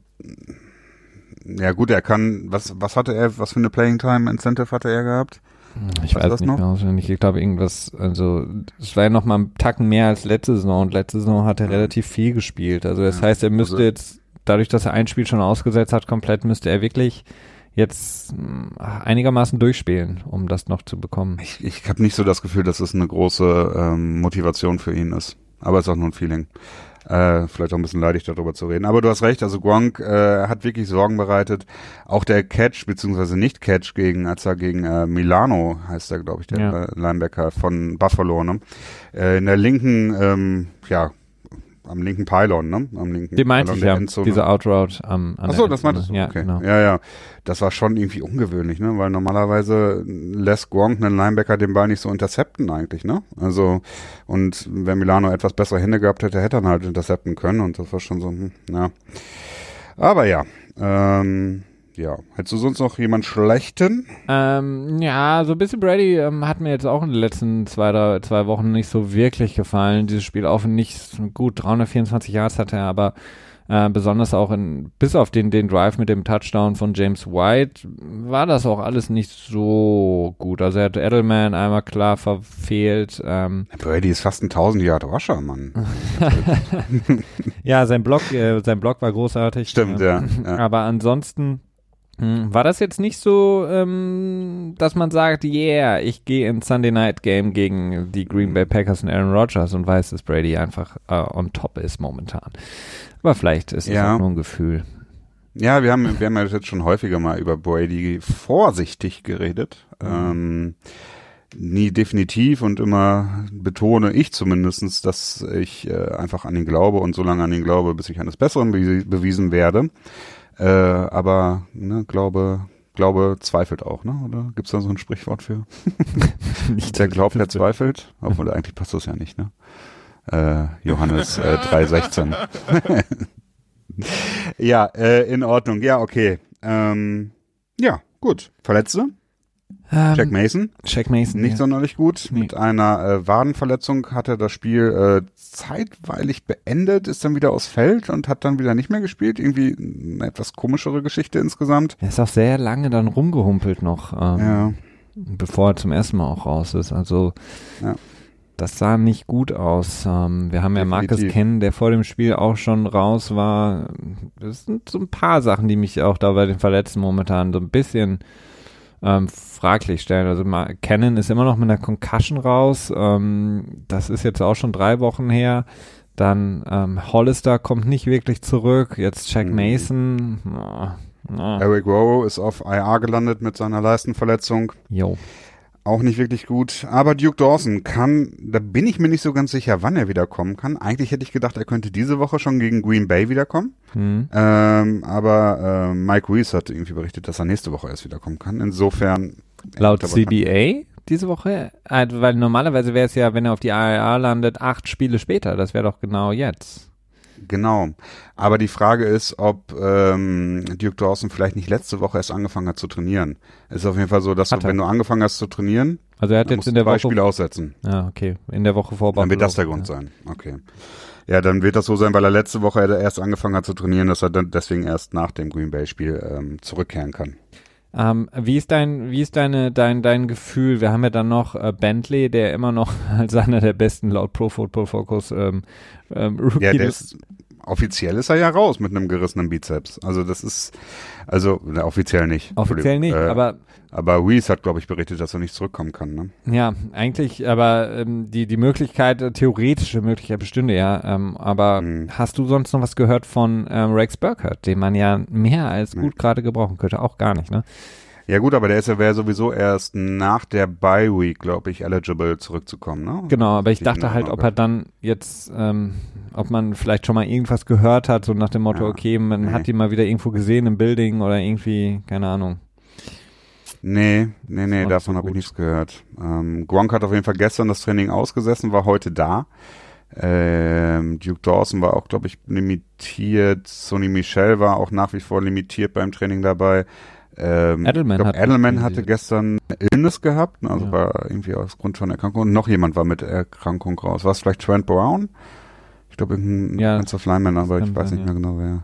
ja gut, er kann, was, was hatte er, was für eine Playing Time Incentive hatte er gehabt? Ich weiß nicht mehr auswendig. Ich glaube irgendwas, also es war ja noch mal einen Tacken mehr als letzte Saison und letzte Saison hat er ja. relativ viel gespielt. Also das ja. heißt, er müsste also, jetzt, dadurch, dass er ein Spiel schon ausgesetzt hat, komplett müsste er wirklich jetzt einigermaßen durchspielen, um das noch zu bekommen. Ich, ich habe nicht so das Gefühl, dass es eine große ähm, Motivation für ihn ist. Aber es ist auch nur ein Feeling. Äh, vielleicht auch ein bisschen leidig darüber zu reden. Aber du hast recht, also Gronk äh, hat wirklich Sorgen bereitet. Auch der Catch, beziehungsweise nicht Catch gegen, als er gegen äh, Milano, heißt er, glaube ich, der ja. Linebacker von Buffalo, ne? Äh, in der linken, ähm, ja, am linken Pylon, ne? Am linken Die meinte ich ja, diese Outroute am an Achso, das meintest du? Ja, okay. Genau. Ja, ja. Das war schon irgendwie ungewöhnlich, ne? Weil normalerweise lässt Gronk einen Linebacker den Ball nicht so intercepten eigentlich, ne? Also, und wenn Milano etwas bessere Hände gehabt hätte, hätte er ihn halt intercepten können und das war schon so, hm, ja. Aber ja, ähm, ja. Hättest du sonst noch jemand Schlechten? Ähm, ja, so ein bisschen Brady ähm, hat mir jetzt auch in den letzten zwei, drei, zwei Wochen nicht so wirklich gefallen. Dieses Spiel auch nicht gut, dreihundertvierundzwanzig Yards hatte er, aber äh, besonders auch in, bis auf den, den Drive mit dem Touchdown von James White, war das auch alles nicht so gut. Also er hat Edelman einmal klar verfehlt. Ähm. Brady ist fast ein tausend Yard Rusher, Mann. Ja, sein Block, äh, sein Block war großartig. Stimmt, äh, ja, ja. Aber ansonsten war das jetzt nicht so, ähm, dass man sagt, yeah, ich gehe ins Sunday Night Game gegen die Green Bay Packers und Aaron Rodgers und weiß, dass Brady einfach äh, on top ist momentan. Aber vielleicht ist es ja. auch nur ein Gefühl. Ja, wir haben, wir haben ja jetzt schon häufiger mal über Brady vorsichtig geredet. Mhm. Ähm, nie definitiv und immer betone ich zumindestens, dass ich äh, einfach an ihn glaube und so lange an ihn glaube, bis ich eines Besseren be- bewiesen werde. Äh, aber ne, Glaube, Glaube zweifelt auch, ne? Oder gibt's da so ein Sprichwort für? Nicht der glaubt, der zweifelt. Obwohl eigentlich passt das ja nicht, ne? Äh, Johannes äh, drei sechzehn. Ja, äh, in Ordnung. Ja, okay. Ähm, ja, gut. Verletzte? Ähm, Jack Mason. Jack Mason. Nicht ja. sonderlich gut. Nee. Mit einer äh, Wadenverletzung hat er das Spiel äh, zeitweilig beendet, ist dann wieder aufs Feld und hat dann wieder nicht mehr gespielt. Irgendwie eine etwas komischere Geschichte insgesamt. Er ist auch sehr lange dann rumgehumpelt noch, ähm, Ja. bevor er zum ersten Mal auch raus ist. Also Ja. das sah nicht gut aus. Ähm, wir haben ja Definitiv. Marcus Ken, der vor dem Spiel auch schon raus war. Das sind so ein paar Sachen, die mich auch da bei den Verletzten momentan so ein bisschen ähm, fraglich stellen. Also Ma- Cannon ist immer noch mit einer Concussion raus. Ähm, das ist jetzt auch schon drei Wochen her. Dann ähm, Hollister kommt nicht wirklich zurück. Jetzt Jack Mhm. Mason. Na, na. Eric Rowe ist auf I R gelandet mit seiner Leistenverletzung. Jo. Auch nicht wirklich gut. Aber Duke Dawson kann, da bin ich mir nicht so ganz sicher, wann er wiederkommen kann. Eigentlich hätte ich gedacht, er könnte diese Woche schon gegen Green Bay wiederkommen. Hm. Ähm, aber äh, Mike Reese hat irgendwie berichtet, dass er nächste Woche erst wiederkommen kann. Insofern. Laut C B A diese Woche? Äh, weil normalerweise wäre es ja, wenn er auf die I R A landet, acht Spiele später. Das wäre doch genau jetzt. Genau. Aber die Frage ist, ob ähm, Duke Dawson vielleicht nicht letzte Woche erst angefangen hat zu trainieren. Es ist auf jeden Fall so, dass du, wenn du angefangen hast zu trainieren, also er hat jetzt in der zwei Woche Spiele aussetzen. Ja, okay. In der Woche vor Buffalo. Dann wird das der Grund ja. sein. Okay. Ja, dann wird das so sein, weil er letzte Woche erst angefangen hat zu trainieren, dass er dann deswegen erst nach dem Green Bay-Spiel ähm, zurückkehren kann. Ähm, wie ist dein, wie ist deine, dein, dein Gefühl? Wir haben ja dann noch äh, Bentley, der immer noch als einer der besten laut Pro Football Focus ähm, ähm, Rookie. Ja, der ist, offiziell ist er ja raus mit einem gerissenen Bizeps. Also das ist, also na, offiziell nicht. Offiziell nicht, äh, aber aber Weiss hat, glaube ich, berichtet, dass er nicht zurückkommen kann. Ne? Ja, eigentlich, aber ähm, die die Möglichkeit, äh, theoretische Möglichkeit bestünde ja. Ähm, aber mhm. hast du sonst noch was gehört von ähm, Rex Burkhead, den man ja mehr als gut gerade gebrauchen könnte? Auch gar nicht, ne? Ja gut, aber der ist ja wäre sowieso erst nach der Bye Week, glaube ich, eligible zurückzukommen, ne? Genau, aber ich dachte halt, ob er dann jetzt, ähm, ob man vielleicht schon mal irgendwas gehört hat, so nach dem Motto, ja, okay, man nee. hat ihn mal wieder irgendwo gesehen im Building oder irgendwie, keine Ahnung. Nee, nee, nee, davon so habe ich nichts gehört. Ähm, Gronk hat auf jeden Fall gestern das Training ausgesessen, war heute da. Ähm, Duke Dawson war auch, glaube ich, limitiert. Sonny Michel war auch nach wie vor limitiert beim Training dabei. Ähm, Edelman, glaub, hat Edelman hatte gestern Illness gehabt, ne, also ja. war irgendwie aus Grund von Erkrankung. Und noch jemand war mit Erkrankung raus. War es vielleicht Trent Brown? Ich glaube, irgendein ja, Offensive Lineman, aber ich weiß sein, nicht mehr ja. genau wer.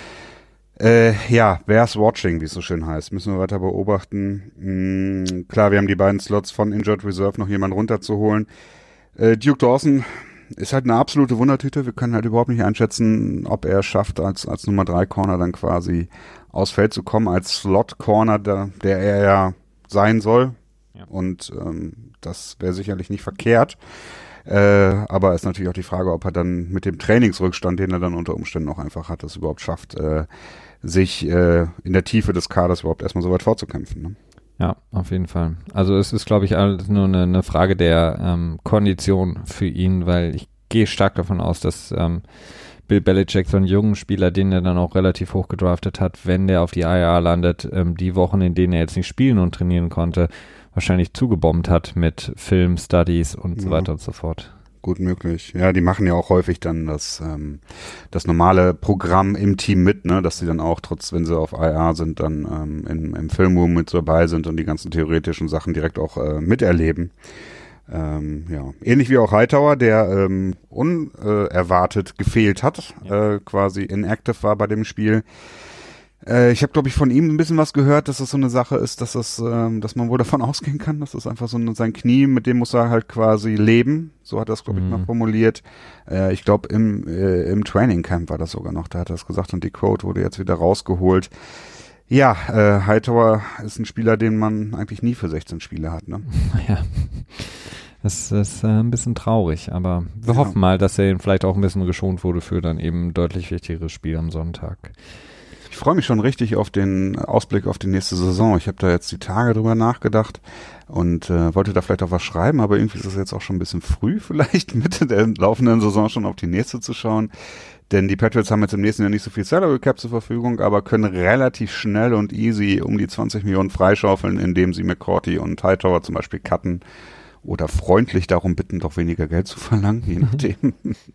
Äh, ja, Bears Watching, wie es so schön heißt, müssen wir weiter beobachten. Mhm, klar, wir haben die beiden Slots von Injured Reserve noch jemanden runterzuholen. Äh, Duke Dawson ist halt eine absolute Wundertüte. Wir können halt überhaupt nicht einschätzen, ob er es schafft, als als Nummer drei Corner dann quasi aufs Feld zu kommen, als Slot Corner, der, der er ja sein soll. Ja. Und ähm, das wäre sicherlich nicht verkehrt. Äh, aber ist natürlich auch die Frage, ob er dann mit dem Trainingsrückstand, den er dann unter Umständen auch einfach hat, das überhaupt schafft, äh, sich äh, in der Tiefe des Kaders überhaupt erstmal so weit vorzukämpfen. Ne? Ja, auf jeden Fall. Also es ist, glaube ich, alles nur eine, eine Frage der ähm, Kondition für ihn, weil ich gehe stark davon aus, dass ähm, Bill Belichick so einen jungen Spieler, den er dann auch relativ hoch gedraftet hat, wenn der auf die I R A landet, ähm, die Wochen, in denen er jetzt nicht spielen und trainieren konnte, wahrscheinlich zugebombt hat mit Film, Studies und ja. so weiter und so fort. Gut möglich. Ja, die machen ja auch häufig dann das ähm, das normale Programm im Team mit, ne, dass sie dann auch, trotz wenn sie auf I R A sind, dann ähm, im, im Filmroom mit dabei sind und die ganzen theoretischen Sachen direkt auch äh, miterleben. Ähm, ja, ähnlich wie auch Hightower, der ähm, unerwartet gefehlt hat, ja. äh, quasi inactive war bei dem Spiel. Äh, ich habe, glaube ich, von ihm ein bisschen was gehört, dass das so eine Sache ist, dass das, ähm, dass man wohl davon ausgehen kann, dass das einfach so eine, sein Knie, mit dem muss er halt quasi leben. So hat er es, glaube ich, mhm. mal formuliert. Äh, ich glaube, im äh, im Training Camp war das sogar noch, da hat er es gesagt und die Quote wurde jetzt wieder rausgeholt. Ja, äh, Hightower ist ein Spieler, den man eigentlich nie für sechzehn Spiele hat, ne? Ja, das ist äh, ein bisschen traurig, aber wir ja. hoffen mal, dass er vielleicht auch ein bisschen geschont wurde für dann eben ein deutlich wichtigeres Spiel am Sonntag. Ich freue mich schon richtig auf den Ausblick auf die nächste Saison. Ich habe da jetzt die Tage drüber nachgedacht und äh, wollte da vielleicht auch was schreiben, aber irgendwie ist es jetzt auch schon ein bisschen früh, vielleicht Mitte der laufenden Saison schon auf die nächste zu schauen. Denn die Patriots haben jetzt im nächsten Jahr nicht so viel Salary Cap zur Verfügung, aber können relativ schnell und easy um die zwanzig Millionen freischaufeln, indem sie McCourty und Hightower zum Beispiel cutten oder freundlich darum bitten, doch weniger Geld zu verlangen, je nachdem.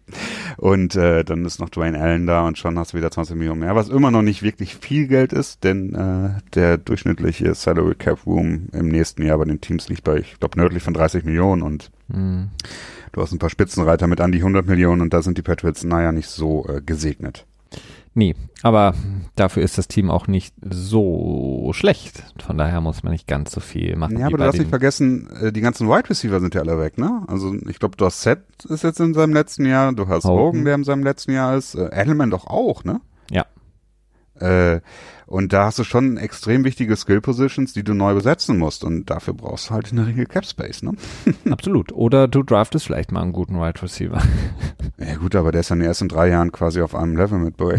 Und äh, dann ist noch Dwayne Allen da und schon hast du wieder zwanzig Millionen mehr, was immer noch nicht wirklich viel Geld ist, denn äh, der durchschnittliche Salary Cap Room im nächsten Jahr bei den Teams liegt bei, ich glaube, nördlich von dreißig Millionen und mhm. du hast ein paar Spitzenreiter mit an die hundert Millionen und da sind die Patriots, naja, nicht so äh, gesegnet. Nee, aber dafür ist das Team auch nicht so schlecht. Von daher muss man nicht ganz so viel machen. Ja, aber du darfst nicht vergessen, äh, die ganzen Wide Receiver sind ja alle weg, ne? Also ich glaube, du hast Seth ist jetzt in seinem letzten Jahr, du hast Hogan, Hogan der in seinem letzten Jahr ist, äh, Edelman doch auch, ne? Ja. Äh, und da hast du schon extrem wichtige Skill-Positions, die du neu besetzen musst und dafür brauchst du halt in der Regel Cap-Space, ne? Absolut. Oder du draftest vielleicht mal einen guten Wide Receiver. Ja gut, aber der ist dann erst in drei Jahren quasi auf einem Level mit Boy.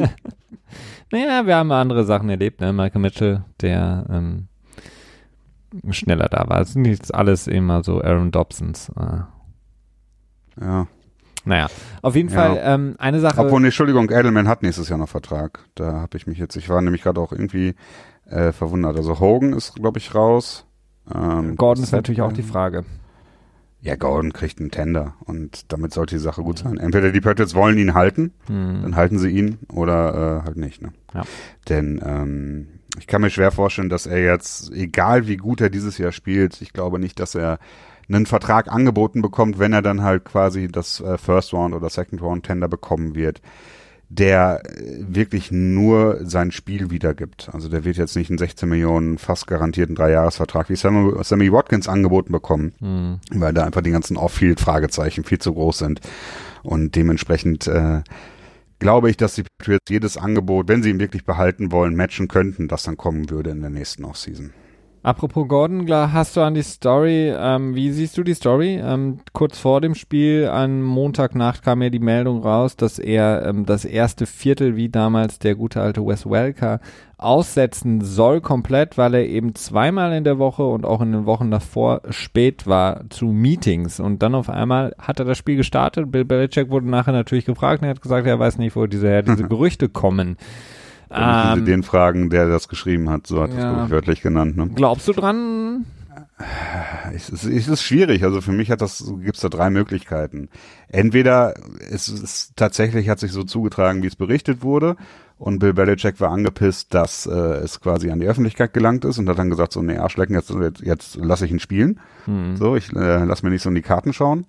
Naja, wir haben andere Sachen erlebt, ne? Michael Mitchell, der ähm, schneller da war. Es ist nicht alles immer so Aaron Dobsons. Äh. Ja. Naja, auf jeden ja. Fall ähm, eine Sache. Obwohl, nee, Entschuldigung, Edelman hat nächstes Jahr noch Vertrag. Da habe ich mich jetzt, ich war nämlich gerade auch irgendwie äh, verwundert. Also Hogan ist, glaube ich, raus. Ähm, Gordon ist natürlich auch die Frage. Ja, Gordon kriegt einen Tender und damit sollte die Sache gut sein. Entweder die Patriots wollen ihn halten, hm. dann halten sie ihn oder äh, halt nicht. Ne? Ja. Denn ähm, ich kann mir schwer vorstellen, dass er jetzt, egal wie gut er dieses Jahr spielt, ich glaube nicht, dass er einen Vertrag angeboten bekommt, wenn er dann halt quasi das äh, First Round oder Second Round Tender bekommen wird, der wirklich nur sein Spiel wiedergibt. Also der wird jetzt nicht einen sechzehn Millionen fast garantierten Dreijahresvertrag wie Sammy, Sammy Watkins angeboten bekommen, mhm. weil da einfach die ganzen Off-Field-Fragezeichen viel zu groß sind. Und dementsprechend äh, glaube ich, dass die Patriots jedes Angebot, wenn sie ihn wirklich behalten wollen, matchen könnten, das dann kommen würde in der nächsten Offseason. Apropos Gordon, hast du an die Story, ähm, wie siehst du die Story? Ähm, kurz vor dem Spiel, am Montagnacht kam ja die Meldung raus, dass er ähm, das erste Viertel, wie damals der gute alte Wes Welker, aussetzen soll komplett, weil er eben zweimal in der Woche und auch in den Wochen davor spät war zu Meetings. Und dann auf einmal hat er das Spiel gestartet. Bill Belichick wurde nachher natürlich gefragt und er hat gesagt, er weiß nicht, wo diese, diese Gerüchte kommen. Da müssen Sie den fragen, der das geschrieben hat, so hat ja. das glaube ich wörtlich genannt. Ne? Glaubst du dran? Es ist, es ist schwierig, also für mich hat das, gibt's da drei Möglichkeiten. Entweder es ist tatsächlich, hat sich so zugetragen, wie es berichtet wurde und Bill Belichick war angepisst, dass äh, es quasi an die Öffentlichkeit gelangt ist und hat dann gesagt, so nee, Arschlecken, jetzt, jetzt, jetzt lasse ich ihn spielen. Hm. So, ich äh, lass mir nicht so in die Karten schauen.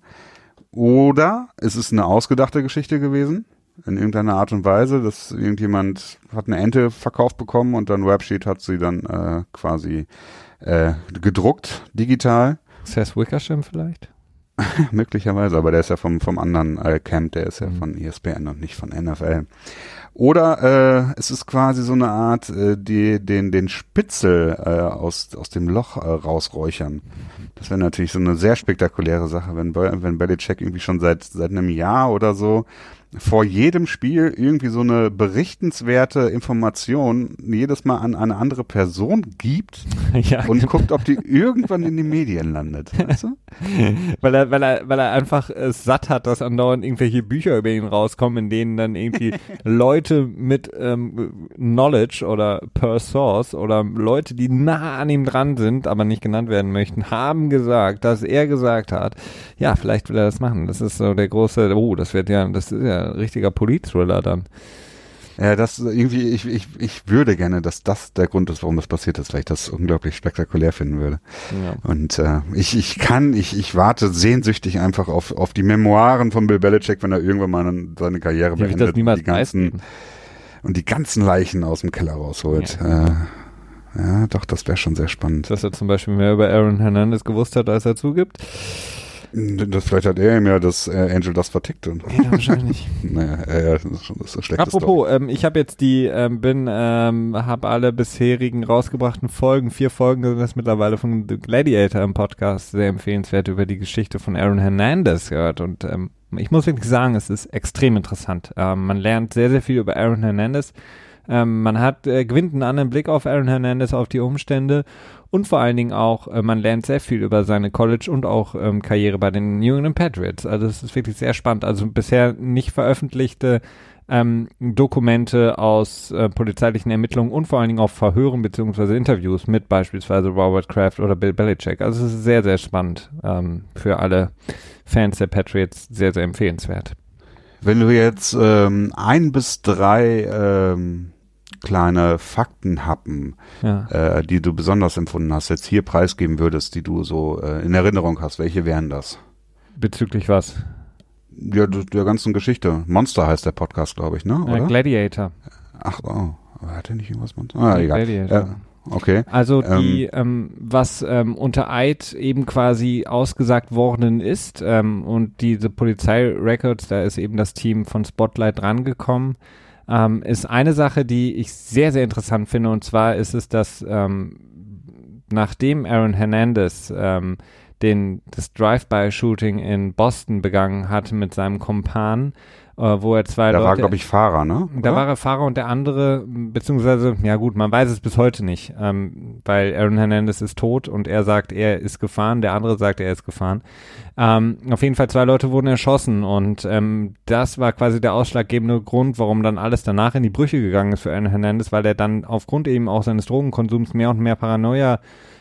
Oder es ist eine ausgedachte Geschichte gewesen. In irgendeiner Art und Weise, dass irgendjemand hat eine Ente verkauft bekommen und dann Websheet hat sie dann äh, quasi äh, gedruckt, digital. Seth Wickersham vielleicht? Möglicherweise, aber der ist ja vom vom anderen äh, Camp, der ist ja mhm. von E S P N und nicht von N F L. Oder äh, es ist quasi so eine Art, äh, die den den Spitzel äh, aus aus dem Loch äh, rausräuchern. Das wäre natürlich so eine sehr spektakuläre Sache, wenn wenn Belichick irgendwie schon seit seit einem Jahr oder so vor jedem Spiel irgendwie so eine berichtenswerte Information jedes Mal an eine andere Person gibt ja, und genau. guckt, ob die irgendwann in den Medien landet. Weißt du? weil er, weil er, weil er einfach es satt hat, dass andauernd irgendwelche Bücher über ihn rauskommen, in denen dann irgendwie Leute mit ähm, Knowledge oder per Source oder Leute, die nah an ihm dran sind, aber nicht genannt werden möchten, haben gesagt, dass er gesagt hat, ja, vielleicht will er das machen. Das ist so der große, oh, das wird ja, das ist ja ein richtiger Polit-Thriller dann. Ja, das irgendwie, ich, ich, ich würde gerne, dass das der Grund ist, warum das passiert ist, weil ich das unglaublich spektakulär finden würde. Ja. Und äh, ich, ich kann, ich, ich warte sehnsüchtig einfach auf, auf die Memoiren von Bill Belichick, wenn er irgendwann mal seine Karriere ja, beendet das niemals und, die ganzen, und die ganzen Leichen aus dem Keller rausholt. Ja, äh, ja doch, das wäre schon sehr spannend. Dass er zum Beispiel mehr über Aaron Hernandez gewusst hat, als er zugibt. Das, vielleicht hat er ihm ja das äh, Angel das vertickt. Und ja, wahrscheinlich. naja, äh, das ist schon das ist eine schlechte Apropos, ähm, ich habe jetzt die, ähm, bin, ähm, habe alle bisherigen rausgebrachten Folgen, vier Folgen sind das mittlerweile von The Gladiator im Podcast, sehr empfehlenswert, über die Geschichte von Aaron Hernandez gehört und ähm, ich muss wirklich sagen, es ist extrem interessant. Ähm, man lernt sehr, sehr viel über Aaron Hernandez. Ähm, man hat, äh, gewinnt einen anderen Blick auf Aaron Hernandez, auf die Umstände und vor allen Dingen auch, äh, man lernt sehr viel über seine College- und auch ähm, Karriere bei den New England Patriots. Also es ist wirklich sehr spannend. Also bisher nicht veröffentlichte ähm, Dokumente aus äh, polizeilichen Ermittlungen und vor allen Dingen auch Verhören beziehungsweise Interviews mit beispielsweise Robert Kraft oder Bill Belichick. Also es ist sehr, sehr spannend ähm, für alle Fans der Patriots. Sehr, sehr empfehlenswert. Wenn du jetzt ähm, ein bis drei ähm kleine Faktenhappen, ja. äh, die du besonders empfunden hast, jetzt hier preisgeben würdest, die du so äh, in Erinnerung hast, welche wären das? Bezüglich was? Ja, der ganzen Geschichte. Monster heißt der Podcast, glaube ich, ne? Oder? Ja, Gladiator. Ach, oh. Hat er nicht irgendwas Monster? Ah, egal. Gladiator. Äh, okay. Also die, ähm, ähm, was ähm, unter Eid eben quasi ausgesagt worden ist ähm, und diese Polizeirecords, da ist eben das Team von Spotlight drangekommen, Ähm, ist eine Sache, die ich sehr, sehr interessant finde, und zwar ist es, dass ähm, nachdem Aaron Hernandez ähm, den, das Drive-by-Shooting in Boston begangen hat mit seinem Kumpan, äh, wo er zwei da Leute... Da war, glaube ich, Fahrer, ne? Da war er Fahrer und der andere, beziehungsweise, ja gut, man weiß es bis heute nicht, ähm, weil Aaron Hernandez ist tot und er sagt, er ist gefahren, der andere sagt, er ist gefahren. Ähm, auf jeden Fall zwei Leute wurden erschossen und ähm, das war quasi der ausschlaggebende Grund, warum dann alles danach in die Brüche gegangen ist für Aaron Hernandez, weil er dann aufgrund eben auch seines Drogenkonsums mehr und mehr Paranoia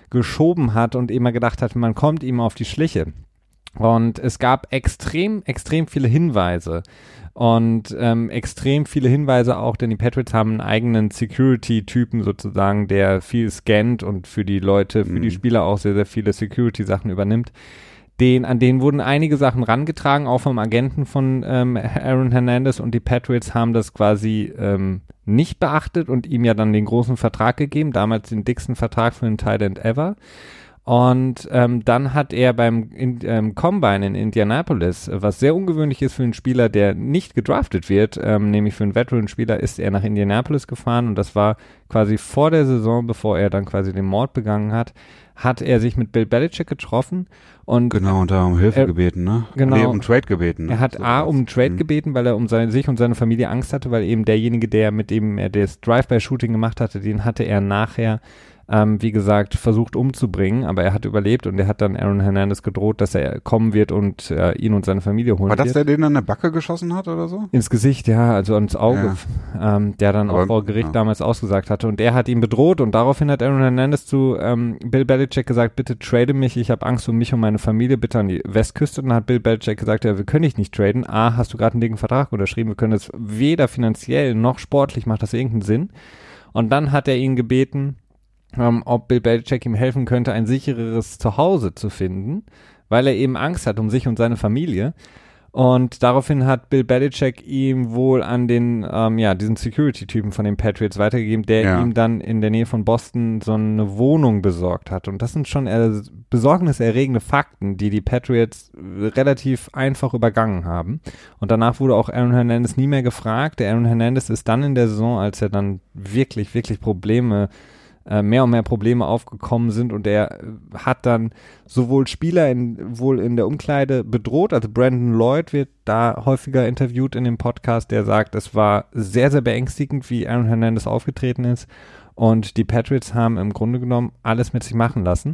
geschoben hat und immer gedacht hat, man kommt ihm auf die Schliche. Und es gab extrem, extrem viele Hinweise und ähm, extrem viele Hinweise auch, denn die Patriots haben einen eigenen Security-Typen sozusagen, der viel scannt und für die Leute, für mhm. die Spieler auch sehr, sehr viele Security-Sachen übernimmt. Den, an denen wurden einige Sachen rangetragen, auch vom Agenten von ähm, Aaron Hernandez, und die Patriots haben das quasi ähm, nicht beachtet und ihm ja dann den großen Vertrag gegeben, damals den dicksten Vertrag für den Tight End ever. Und ähm, dann hat er beim in, ähm, Combine in Indianapolis, was sehr ungewöhnlich ist für einen Spieler, der nicht gedraftet wird, ähm, nämlich für einen Veteran-Spieler, ist er nach Indianapolis gefahren, und das war quasi vor der Saison, bevor er dann quasi den Mord begangen hat, hat er sich mit Bill Belichick getroffen und genau, und da um Hilfe er, gebeten, ne? Genau. Nee, um einen Trade gebeten. Ne? Er hat so A, um einen Trade mhm. gebeten, weil er um seine, sich und seine Familie Angst hatte, weil eben derjenige, der mit dem er das Drive-by-Shooting gemacht hatte, den hatte er nachher Ähm, wie gesagt, versucht umzubringen, aber er hat überlebt, und er hat dann Aaron Hernandez gedroht, dass er kommen wird und äh, ihn und seine Familie holen wird. War das wird. der, den an der Backe geschossen hat oder so? Ins Gesicht, ja, also ins Auge, ja. ähm, der dann aber, auch vor Gericht ja. damals ausgesagt hatte, und er hat ihn bedroht, und daraufhin hat Aaron Hernandez zu ähm, Bill Belichick gesagt, bitte trade mich, ich habe Angst um mich und meine Familie, bitte an die Westküste. Und dann hat Bill Belichick gesagt, ja, wir können dich nicht traden, A, hast du gerade einen dicken Vertrag unterschrieben, wir können das weder finanziell noch sportlich, macht das irgendeinen Sinn. Und dann hat er ihn gebeten, Um, ob Bill Belichick ihm helfen könnte, ein sichereres Zuhause zu finden, weil er eben Angst hat um sich und seine Familie. Und daraufhin hat Bill Belichick ihm wohl an den, ähm, ja, diesen Security-Typen von den Patriots weitergegeben, der ja. ihm dann in der Nähe von Boston so eine Wohnung besorgt hat. Und das sind schon äh, besorgniserregende Fakten, die die Patriots relativ einfach übergangen haben. Und danach wurde auch Aaron Hernandez nie mehr gefragt. Der Aaron Hernandez ist dann in der Saison, als er dann wirklich, wirklich Probleme mehr und mehr Probleme aufgekommen sind, und er hat dann sowohl Spieler in, wohl in der Umkleide bedroht, also Brandon Lloyd wird da häufiger interviewt in dem Podcast, der sagt, es war sehr, sehr beängstigend, wie Aaron Hernandez aufgetreten ist, und die Patriots haben im Grunde genommen alles mit sich machen lassen.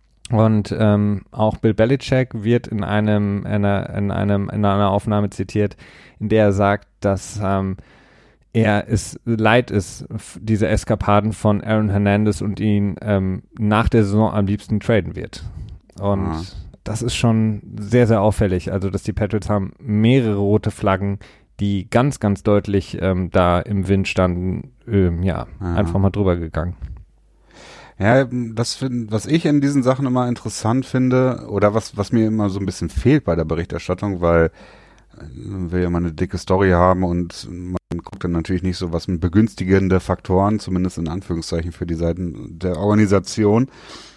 Und ähm, auch Bill Belichick wird in einem, in einer, in einem, in einer Aufnahme zitiert, in der er sagt, dass ähm, er es leid ist, diese Eskapaden von Aaron Hernandez, und ihn ähm, nach der Saison am liebsten traden wird. Und ah. das ist schon sehr, sehr auffällig. Also, dass die Patriots haben mehrere rote Flaggen, die ganz, ganz deutlich ähm, da im Wind standen, ähm, ja, ah. einfach mal drüber gegangen. Ja, das find, was ich in diesen Sachen immer interessant finde, oder was, was mir immer so ein bisschen fehlt bei der Berichterstattung, weil man will ja mal eine dicke Story haben, und man guckt dann natürlich nicht so, was sind begünstigende Faktoren, zumindest in Anführungszeichen für die Seiten der Organisation,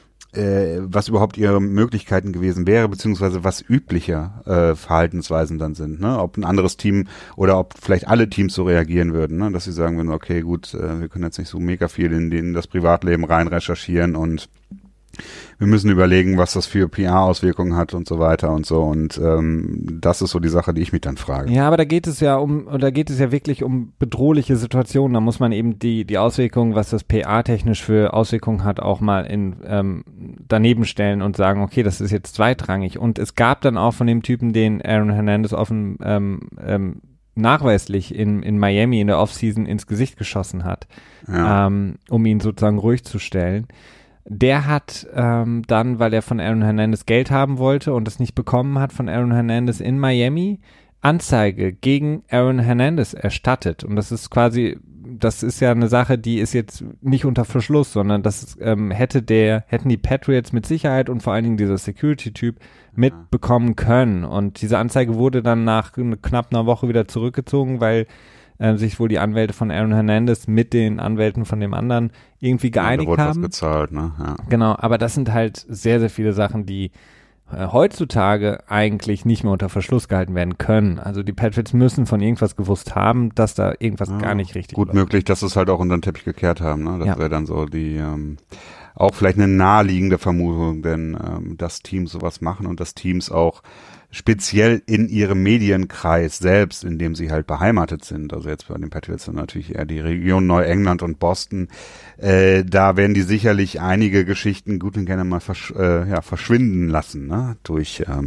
äh, was überhaupt ihre Möglichkeiten gewesen wäre, beziehungsweise was übliche äh, Verhaltensweisen dann sind, ne? Ob ein anderes Team oder ob vielleicht alle Teams so reagieren würden, ne? Dass sie sagen würden, okay, gut, äh, wir können jetzt nicht so mega viel in, den, in das Privatleben rein recherchieren, und wir müssen überlegen, was das für P R-Auswirkungen hat und so weiter und so, und ähm, das ist so die Sache, die ich mich dann frage. Ja, aber da geht es ja um, da geht es ja wirklich um bedrohliche Situationen, da muss man eben die die Auswirkungen, was das P R-technisch für Auswirkungen hat, auch mal in ähm, daneben stellen und sagen, okay, das ist jetzt zweitrangig. Und es gab dann auch von dem Typen, den Aaron Hernandez offen ähm, ähm, nachweislich in, in Miami in der Offseason ins Gesicht geschossen hat, ja. ähm, um ihn sozusagen ruhig zu stellen. Der hat ähm, dann, weil er von Aaron Hernandez Geld haben wollte und es nicht bekommen hat, von Aaron Hernandez in Miami Anzeige gegen Aaron Hernandez erstattet. Und das ist quasi, das ist ja eine Sache, die ist jetzt nicht unter Verschluss, sondern das ähm, hätte der, hätten die Patriots mit Sicherheit und vor allen Dingen dieser Security-Typ mitbekommen können. Und diese Anzeige wurde dann nach knapp einer Woche wieder zurückgezogen, weil äh, sich wohl die Anwälte von Aaron Hernandez mit den Anwälten von dem anderen irgendwie geeinigt ja, da wurde haben. Was gezahlt, ne? Ja. Genau, aber das sind halt sehr, sehr viele Sachen, die äh, heutzutage eigentlich nicht mehr unter Verschluss gehalten werden können. Also die Patriots müssen von irgendwas gewusst haben, dass da irgendwas ja, gar nicht richtig gut läuft. Möglich, dass sie es halt auch unter den Teppich gekehrt haben, ne? Das ja. wäre dann so die ähm, auch vielleicht eine naheliegende Vermutung, denn ähm, dass Teams sowas machen und dass Teams auch speziell in ihrem Medienkreis selbst, in dem sie halt beheimatet sind, also jetzt bei den Patriots sind natürlich eher die Region Neuengland und Boston, äh, da werden die sicherlich einige Geschichten gut und gerne mal versch- äh, ja, verschwinden lassen, ne? Durch ähm,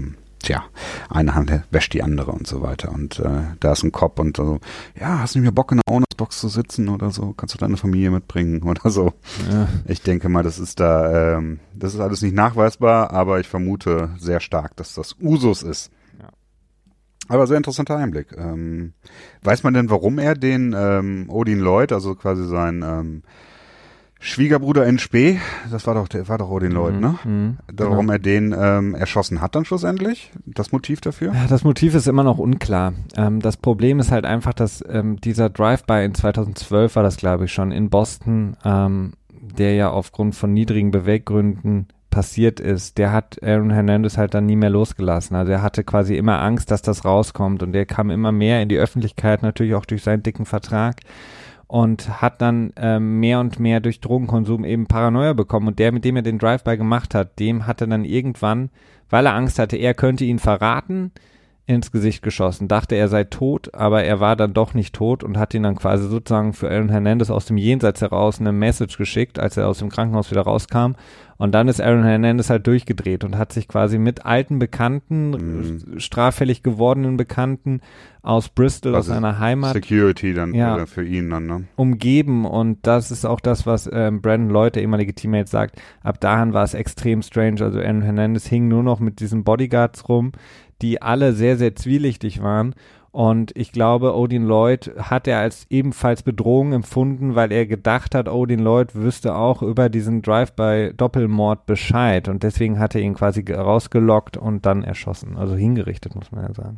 tja, eine Hand wäscht die andere und so weiter. Und äh, da ist ein Cop und so, ja, hast du nicht mehr Bock in der Ownersbox zu sitzen oder so? Kannst du deine Familie mitbringen oder so? Ja. Ich denke mal, das ist da, ähm, das ist alles nicht nachweisbar, aber ich vermute sehr stark, dass das Usus ist. Ja. Aber sehr interessanter Einblick. Ähm, weiß man denn, warum er den ähm, Odin Lloyd, also quasi sein ähm, Schwiegerbruder in Spee, das war doch, der war doch Odin Lloyd, ne? Mhm, Warum genau. er den ähm, erschossen hat dann schlussendlich? Das Motiv dafür? Ja, das Motiv ist immer noch unklar. Ähm, das Problem ist halt einfach, dass ähm, dieser Drive-By in zweitausendzwölf war das, glaube ich, schon in Boston, ähm, der ja aufgrund von niedrigen Beweggründen passiert ist, der hat Aaron Hernandez halt dann nie mehr losgelassen. Also er hatte quasi immer Angst, dass das rauskommt und der kam immer mehr in die Öffentlichkeit, natürlich auch durch seinen dicken Vertrag. Und hat dann ähm, mehr und mehr durch Drogenkonsum eben Paranoia bekommen. Und der, mit dem er den Drive-By gemacht hat, dem hat er dann irgendwann, weil er Angst hatte, er könnte ihn verraten, ins Gesicht geschossen. Dachte, er sei tot, aber er war dann doch nicht tot und hat ihn dann quasi sozusagen für Aaron Hernandez aus dem Jenseits heraus eine Message geschickt, als er aus dem Krankenhaus wieder rauskam. Und dann ist Aaron Hernandez halt durchgedreht und hat sich quasi mit alten Bekannten, mhm. straffällig gewordenen Bekannten aus Bristol, also aus seiner Heimat. Security dann ja, für ihn dann, ne? Umgeben. Und das ist auch das, was ähm, Brandon Lloyd, der ehemalige Teammate, sagt. Ab dahin war es extrem strange. Also Aaron Hernandez hing nur noch mit diesen Bodyguards rum, die alle sehr, sehr zwielichtig waren. Und ich glaube, Odin Lloyd hat er als ebenfalls Bedrohung empfunden, weil er gedacht hat, Odin Lloyd wüsste auch über diesen Drive-by-Doppelmord Bescheid. Und deswegen hat er ihn quasi rausgelockt und dann erschossen. Also hingerichtet, muss man ja sagen.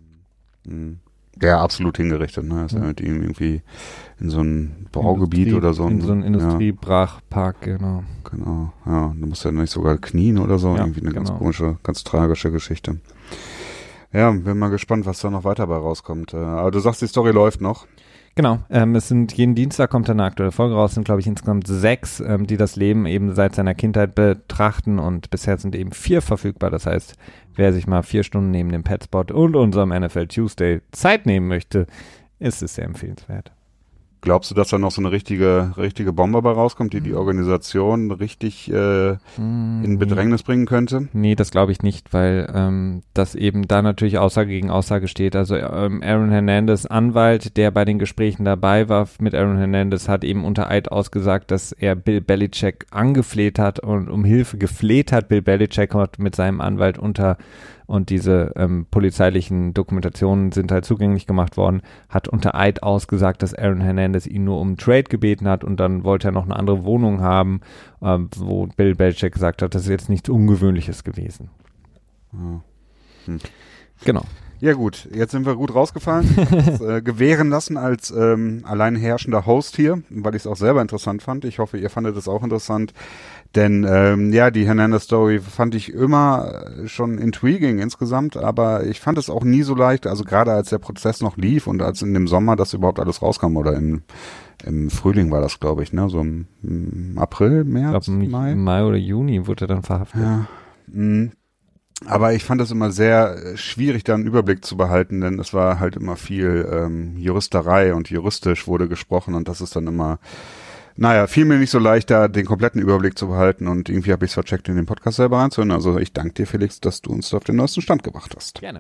Ja, absolut hingerichtet. Ne? Ist ja mit ihm irgendwie in so ein Baugebiet Industrie, oder so. In so einen Industriebrachpark, ja. genau. Genau, ja. Du musst ja nicht sogar knien oder so. Ja, irgendwie eine genau. ganz komische, ganz tragische Geschichte. Ja, bin mal gespannt, was da noch weiter bei rauskommt. Aber du sagst, die Story läuft noch. Genau, ähm, es sind jeden Dienstag kommt eine aktuelle Folge raus, sind glaube ich insgesamt sechs, ähm, die das Leben eben seit seiner Kindheit betrachten und bisher sind eben vier verfügbar. Das heißt, wer sich mal vier Stunden neben dem Petspot und unserem N F L Tuesday Zeit nehmen möchte, ist es sehr empfehlenswert. Glaubst du, dass da noch so eine richtige, richtige Bombe bei rauskommt, die die Organisation richtig äh, in Bedrängnis bringen könnte? Nee, das glaube ich nicht, weil ähm, das eben da natürlich Aussage gegen Aussage steht. Also ähm, Aaron Hernandez, Anwalt, der bei den Gesprächen dabei war mit Aaron Hernandez, hat eben unter Eid ausgesagt, dass er Bill Belichick angefleht hat und um Hilfe gefleht hat. Bill Belichick hat mit seinem Anwalt unter und diese ähm, polizeilichen Dokumentationen sind halt zugänglich gemacht worden, hat unter Eid ausgesagt, dass Aaron Hernandez ihn nur um einen Trade gebeten hat und dann wollte er noch eine andere Wohnung haben, ähm, wo Bill Belichick gesagt hat, das ist jetzt nichts Ungewöhnliches gewesen. Hm. Hm. Genau. Ja gut, jetzt sind wir gut rausgefallen. Das, äh, gewähren lassen als ähm, allein herrschender Host hier, weil ich es auch selber interessant fand. Ich hoffe, ihr fandet es auch interessant. Denn ähm, ja, die Hernandez-Story fand ich immer schon intriguing insgesamt, aber ich fand es auch nie so leicht, also gerade als der Prozess noch lief und als in dem Sommer das überhaupt alles rauskam oder im, im Frühling war das, glaube ich, ne, so im, im April, März, ich glaub, Mai. Im Mai oder Juni wurde er dann verhaftet. Ja, mh. Aber ich fand es immer sehr schwierig, da einen Überblick zu behalten, denn es war halt immer viel ähm, Juristerei und juristisch wurde gesprochen und das ist dann immer, naja, fiel mir nicht so leicht, da den kompletten Überblick zu behalten und irgendwie habe ich es vercheckt, in den Podcast selber reinzuhören. Also ich danke dir, Felix, dass du uns da auf den neuesten Stand gebracht hast. Gerne.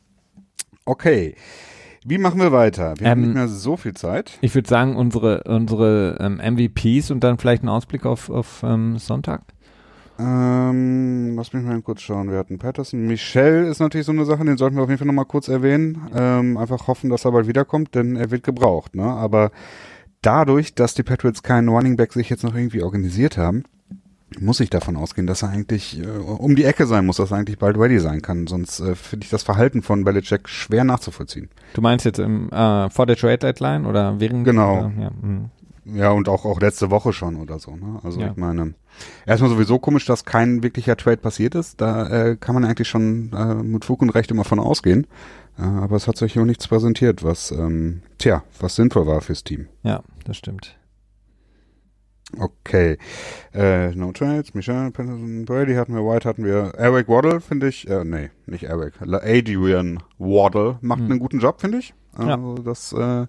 Okay. Wie machen wir weiter? Wir ähm, haben nicht mehr so viel Zeit. Ich würde sagen, unsere unsere ähm, M V Ps und dann vielleicht einen Ausblick auf, auf ähm, Sonntag. Ähm, lass mich mal kurz schauen. Wir hatten Patterson. Michel ist natürlich so eine Sache, den sollten wir auf jeden Fall nochmal kurz erwähnen. Ähm, einfach hoffen, dass er bald wiederkommt, denn er wird gebraucht, ne? Aber dadurch, dass die Patriots keinen Running Back sich jetzt noch irgendwie organisiert haben, muss ich davon ausgehen, dass er eigentlich äh, um die Ecke sein muss, dass er eigentlich bald ready sein kann. Sonst äh, finde ich das Verhalten von Belichick schwer nachzuvollziehen. Du meinst jetzt im, äh, vor der Trade Deadline oder während? Genau. Oder? Ja, mh. Ja, und auch, auch letzte Woche schon oder so, ne? Also ja. ich meine, erstmal sowieso komisch, dass kein wirklicher Trade passiert ist. Da äh, kann man eigentlich schon äh, mit Fug und Recht immer von ausgehen. Äh, aber es hat sich hier nichts präsentiert, was, ähm, tja, was sinnvoll war fürs Team. Ja, das stimmt. Okay. Äh, no Trades, Michel, Patterson, Brady hatten wir, White hatten wir, Eric Waddle, finde ich, äh, nee, nicht Eric, Adrian Waddle macht hm. einen guten Job, finde ich. Also ja. das, äh,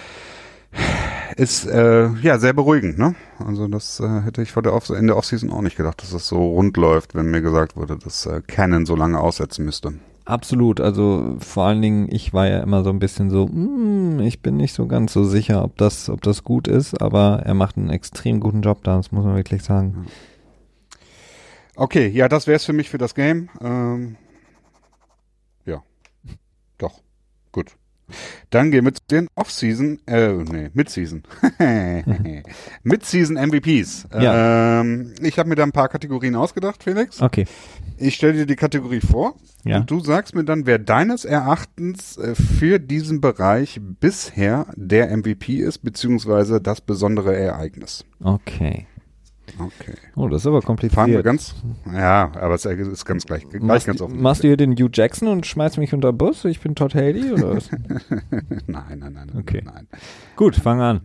ist äh, ja sehr beruhigend, ne? Also das äh, hätte ich vor der Off- in der Offseason auch nicht gedacht, dass das so rund läuft, wenn mir gesagt wurde, dass äh, Cannon so lange aussetzen müsste. Absolut, also vor allen Dingen, ich war ja immer so ein bisschen so, mm, ich bin nicht so ganz so sicher, ob das, ob das gut ist, aber er macht einen extrem guten Job da, das muss man wirklich sagen. Okay, ja, das wäre es für mich für das Game. Ähm, ja, doch, gut. Dann gehen wir zu den Off-Season, äh, nee, Mid-Season. Mid-Season M V Ps. Ja. Ähm, ich habe mir da ein paar Kategorien ausgedacht, Felix. Okay. Ich stelle dir die Kategorie vor Ja. und du sagst mir dann, wer deines Erachtens äh, für diesen Bereich bisher der M V P ist, beziehungsweise das besondere Ereignis. Okay. Okay. Oh, das ist aber kompliziert. Fahren wir ganz, ja, aber es ist ganz gleich, gleich machst, ganz offen. Machst du hier den Hugh Jackson und schmeißt mich unter den Bus? Ich bin Todd Haley oder was? nein, nein, nein, okay. nein. Gut, fang an.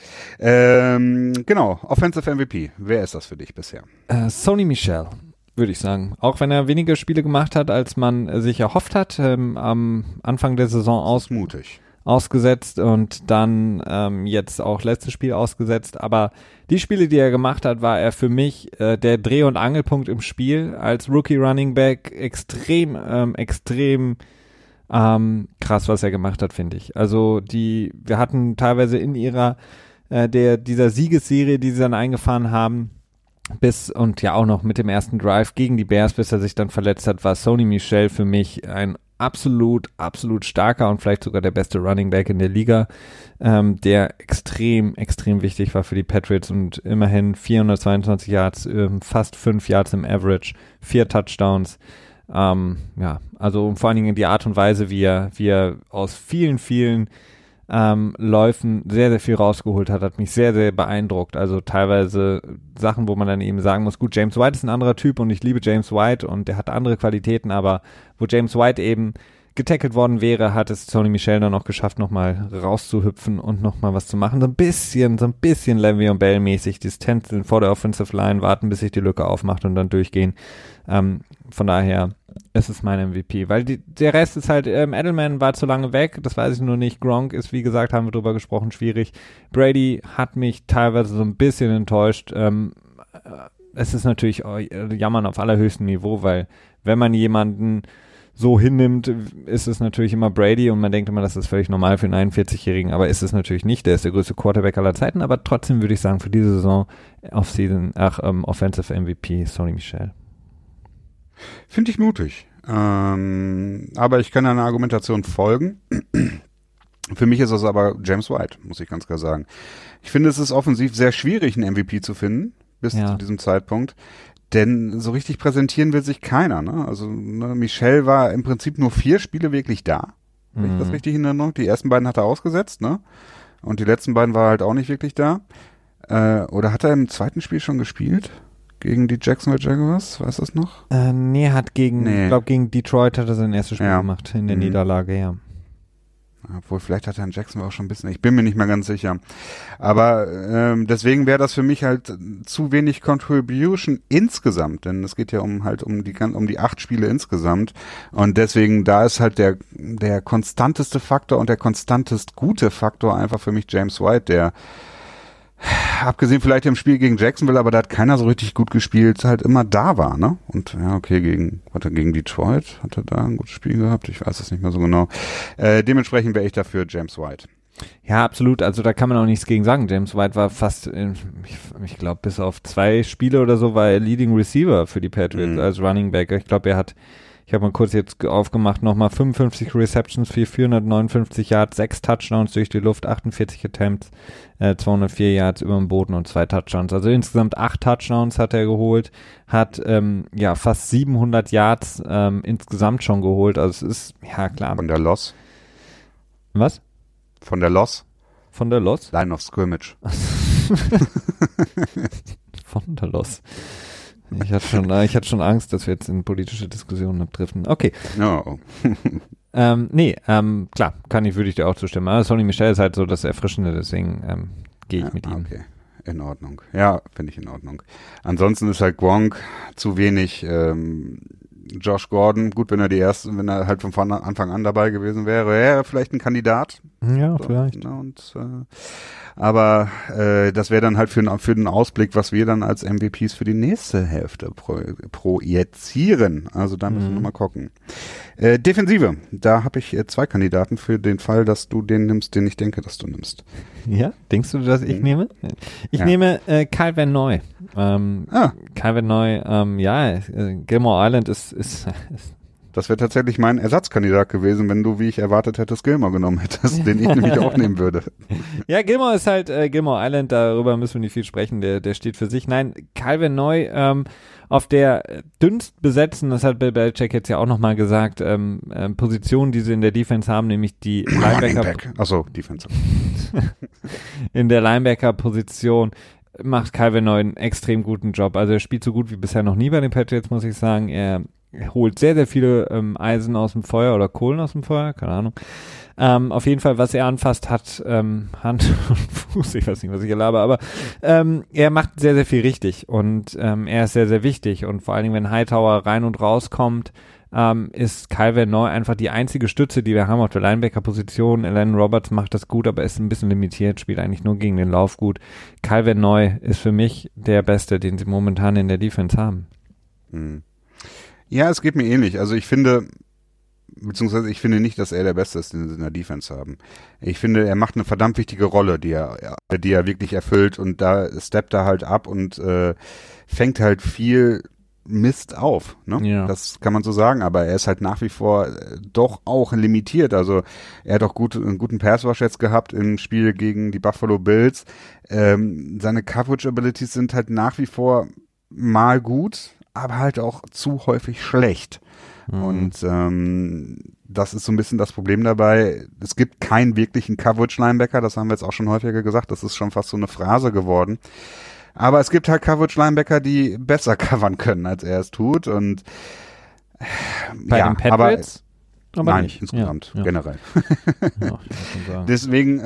Ähm, genau, Offensive M V P. Wer ist das für dich bisher? Äh, Sony Michel, würde ich sagen. Auch wenn er weniger Spiele gemacht hat, als man äh, sich erhofft hat, ähm, am Anfang der Saison aus mutig. ausgesetzt und dann ähm, jetzt auch letztes Spiel ausgesetzt. Aber die Spiele, die er gemacht hat, war er für mich äh, der Dreh- und Angelpunkt im Spiel. Als Rookie Running Back extrem, ähm, extrem ähm, krass, was er gemacht hat, finde ich. Also die, wir hatten teilweise in ihrer, äh, der dieser Siegesserie, die sie dann eingefahren haben, bis und ja auch noch mit dem ersten Drive gegen die Bears, bis er sich dann verletzt hat, war Sony Michel für mich ein absolut, absolut starker und vielleicht sogar der beste Running Back in der Liga, ähm, der extrem, extrem wichtig war für die Patriots und immerhin vierhundertzweiundzwanzig Yards, ähm, fast fünf Yards im Average, vier Touchdowns. Ähm, ja, also vor allen Dingen die Art und Weise, wie er, wie er aus vielen, vielen ähm, Läufen sehr, sehr viel rausgeholt hat, hat mich sehr, sehr beeindruckt. Also teilweise Sachen, wo man dann eben sagen muss, gut, James White ist ein anderer Typ und ich liebe James White und der hat andere Qualitäten, aber wo James White eben getackelt worden wäre, hat es Sony Michel dann auch geschafft, nochmal rauszuhüpfen und nochmal was zu machen. So ein bisschen, so ein bisschen Le'Veon Bell-mäßig, Distanzen vor der Offensive Line, warten, bis sich die Lücke aufmacht und dann durchgehen. Ähm, von daher ist es mein M V P, weil die, der Rest ist halt, ähm, Edelman war zu lange weg, das weiß ich nur nicht. Gronk ist, wie gesagt, haben wir drüber gesprochen, schwierig. Brady hat mich teilweise so ein bisschen enttäuscht. Ähm, äh, es ist natürlich oh, Jammern auf allerhöchstem Niveau, weil wenn man jemanden so hinnimmt, ist es natürlich immer Brady und man denkt immer, das ist völlig normal für einen einundvierzigjährigen, aber ist es natürlich nicht. Der ist der größte Quarterback aller Zeiten, aber trotzdem würde ich sagen, für diese Saison Off-Season, ach, ähm, Offensive M V P, Sony Michel. Finde ich mutig. Ähm, aber ich kann einer Argumentation folgen. Für mich ist es aber James White, muss ich ganz klar sagen. Ich finde, es ist offensiv sehr schwierig, einen M V P zu finden, bis ja. zu diesem Zeitpunkt. Denn so richtig präsentieren will sich keiner. Ne? Also ne, Michel war im Prinzip nur vier Spiele wirklich da. Mhm. Wenn ich das richtig in Erinnerung. Die ersten beiden hat er ausgesetzt, ne? Und die letzten beiden war er halt auch nicht wirklich da. Äh, oder hat er im zweiten Spiel schon gespielt? Gegen die Jacksonville Jaguars? Weißt du das noch? Äh, nee, hat gegen, nee. ich glaube gegen Detroit hat er sein erstes Spiel ja. gemacht, in der mhm. Niederlage, ja. Obwohl, vielleicht hat er in Jacksonville auch schon ein bisschen, ich bin mir nicht mehr ganz sicher. Aber ähm, deswegen wäre das für mich halt zu wenig Contribution insgesamt, denn es geht ja um halt um die um die acht Spiele insgesamt. Und deswegen, da ist halt der der konstanteste Faktor und der konstantest gute Faktor einfach für mich James White, der abgesehen vielleicht im Spiel gegen Jacksonville, aber da hat keiner so richtig gut gespielt, halt immer da war, ne? Und ja, okay, gegen, hat er gegen Detroit, hat er da ein gutes Spiel gehabt? Ich weiß es nicht mehr so genau. Äh, dementsprechend wäre ich dafür James White. Ja, absolut. Also da kann man auch nichts gegen sagen. James White war fast, in, ich, ich glaube, bis auf zwei Spiele oder so war er Leading Receiver für die Patriots mhm. als Running Back. Ich glaube, er hat, ich habe mal kurz jetzt aufgemacht, nochmal fünfundfünfzig Receptions für vierhundertneunundfünfzig Yards, sechs Touchdowns durch die Luft, achtundvierzig Attempts, äh, zweihundertvier Yards über dem Boden und zwei Touchdowns. Also insgesamt acht Touchdowns hat er geholt, hat ähm, ja fast siebenhundert Yards ähm, insgesamt schon geholt. Also es ist, ja klar. Von der Loss? Was? Von der Loss? Von der Loss? Line of Scrimmage. Von der Loss. Ich hatte schon, ich hatte schon Angst, dass wir jetzt in politische Diskussionen abdriften. Okay. No. ähm, nee, ähm, klar, kann ich, würde ich dir auch zustimmen. Aber Sony Michel ist halt so das Erfrischende, deswegen ähm, gehe ich ja, mit ihm. Okay, in Ordnung. Ja, finde ich in Ordnung. Ansonsten ist halt Gronk zu wenig, ähm, Josh Gordon, gut, wenn er die erste, wenn er halt von Anfang an dabei gewesen wäre, wäre er vielleicht ein Kandidat. Ja, so, vielleicht. Ne, und, äh, aber äh, das wäre dann halt für, für den Ausblick, was wir dann als M V Ps für die nächste Hälfte pro, projizieren. Also da müssen Mhm. wir mal gucken. Äh, Defensive, da habe ich äh, zwei Kandidaten für den Fall, dass du den nimmst, den ich denke, dass du nimmst. Ja, denkst du, dass ich Mhm. nehme? Ich Ja. nehme äh, Kyle Van Noy. Ähm, Ah. Kyle Van Noy, ähm, ja, äh, Gilmore Island ist, ist, ist Das wäre tatsächlich mein Ersatzkandidat gewesen, wenn du, wie ich erwartet hätte, Gilmore genommen hättest, den ich nämlich auch nehmen würde. Ja, Gilmore ist halt äh, Gilmore Island, darüber müssen wir nicht viel sprechen, der, der steht für sich. Nein, Calvin Neu ähm, auf der dünnst besetzten, das hat Bill Belichick jetzt ja auch nochmal gesagt, ähm, äh, Position, die sie in der Defense haben, nämlich die Linebacker. Achso, Defense. In der Linebacker-Position macht Calvin Neu einen extrem guten Job. Also er spielt so gut wie bisher noch nie bei den Patriots, muss ich sagen. Er holt sehr, sehr viele ähm, Eisen aus dem Feuer oder Kohlen aus dem Feuer, keine Ahnung. Ähm, auf jeden Fall, was er anfasst, hat ähm, Hand und Fuß, ich weiß nicht, was ich hier laber, aber ähm, er macht sehr, sehr viel richtig und ähm, er ist sehr, sehr wichtig und vor allen Dingen, wenn Hightower rein und rauskommt, ähm, ist Kyle Van Noy einfach die einzige Stütze, die wir haben auf der Linebacker-Position. Alan Roberts macht das gut, aber ist ein bisschen limitiert, spielt eigentlich nur gegen den Lauf gut. Kyle Van Noy ist für mich der Beste, den sie momentan in der Defense haben. Hm. Ja, es geht mir ähnlich. Also ich finde, beziehungsweise ich finde nicht, dass er der Beste ist, den sie in der Defense haben. Ich finde, er macht eine verdammt wichtige Rolle, die er, die er wirklich erfüllt und da steppt er halt ab und äh, fängt halt viel Mist auf, ne? Ja. Das kann man so sagen, aber er ist halt nach wie vor äh, doch auch limitiert. Also er hat auch gut, einen guten Pass-Rush jetzt gehabt im Spiel gegen die Buffalo Bills. Ähm, seine Coverage-Abilities sind halt nach wie vor mal gut, aber halt auch zu häufig schlecht. Mhm. Und ähm, das ist so ein bisschen das Problem dabei. Es gibt keinen wirklichen Coverage-Linebacker, das haben wir jetzt auch schon häufiger gesagt, das ist schon fast so eine Phrase geworden. Aber es gibt halt Coverage-Linebacker, die besser covern können, als er es tut. Und bei ja, den Patriots? Aber, aber nein, nicht. insgesamt, ja, ja. generell. Ja, ich muss schon sagen. Deswegen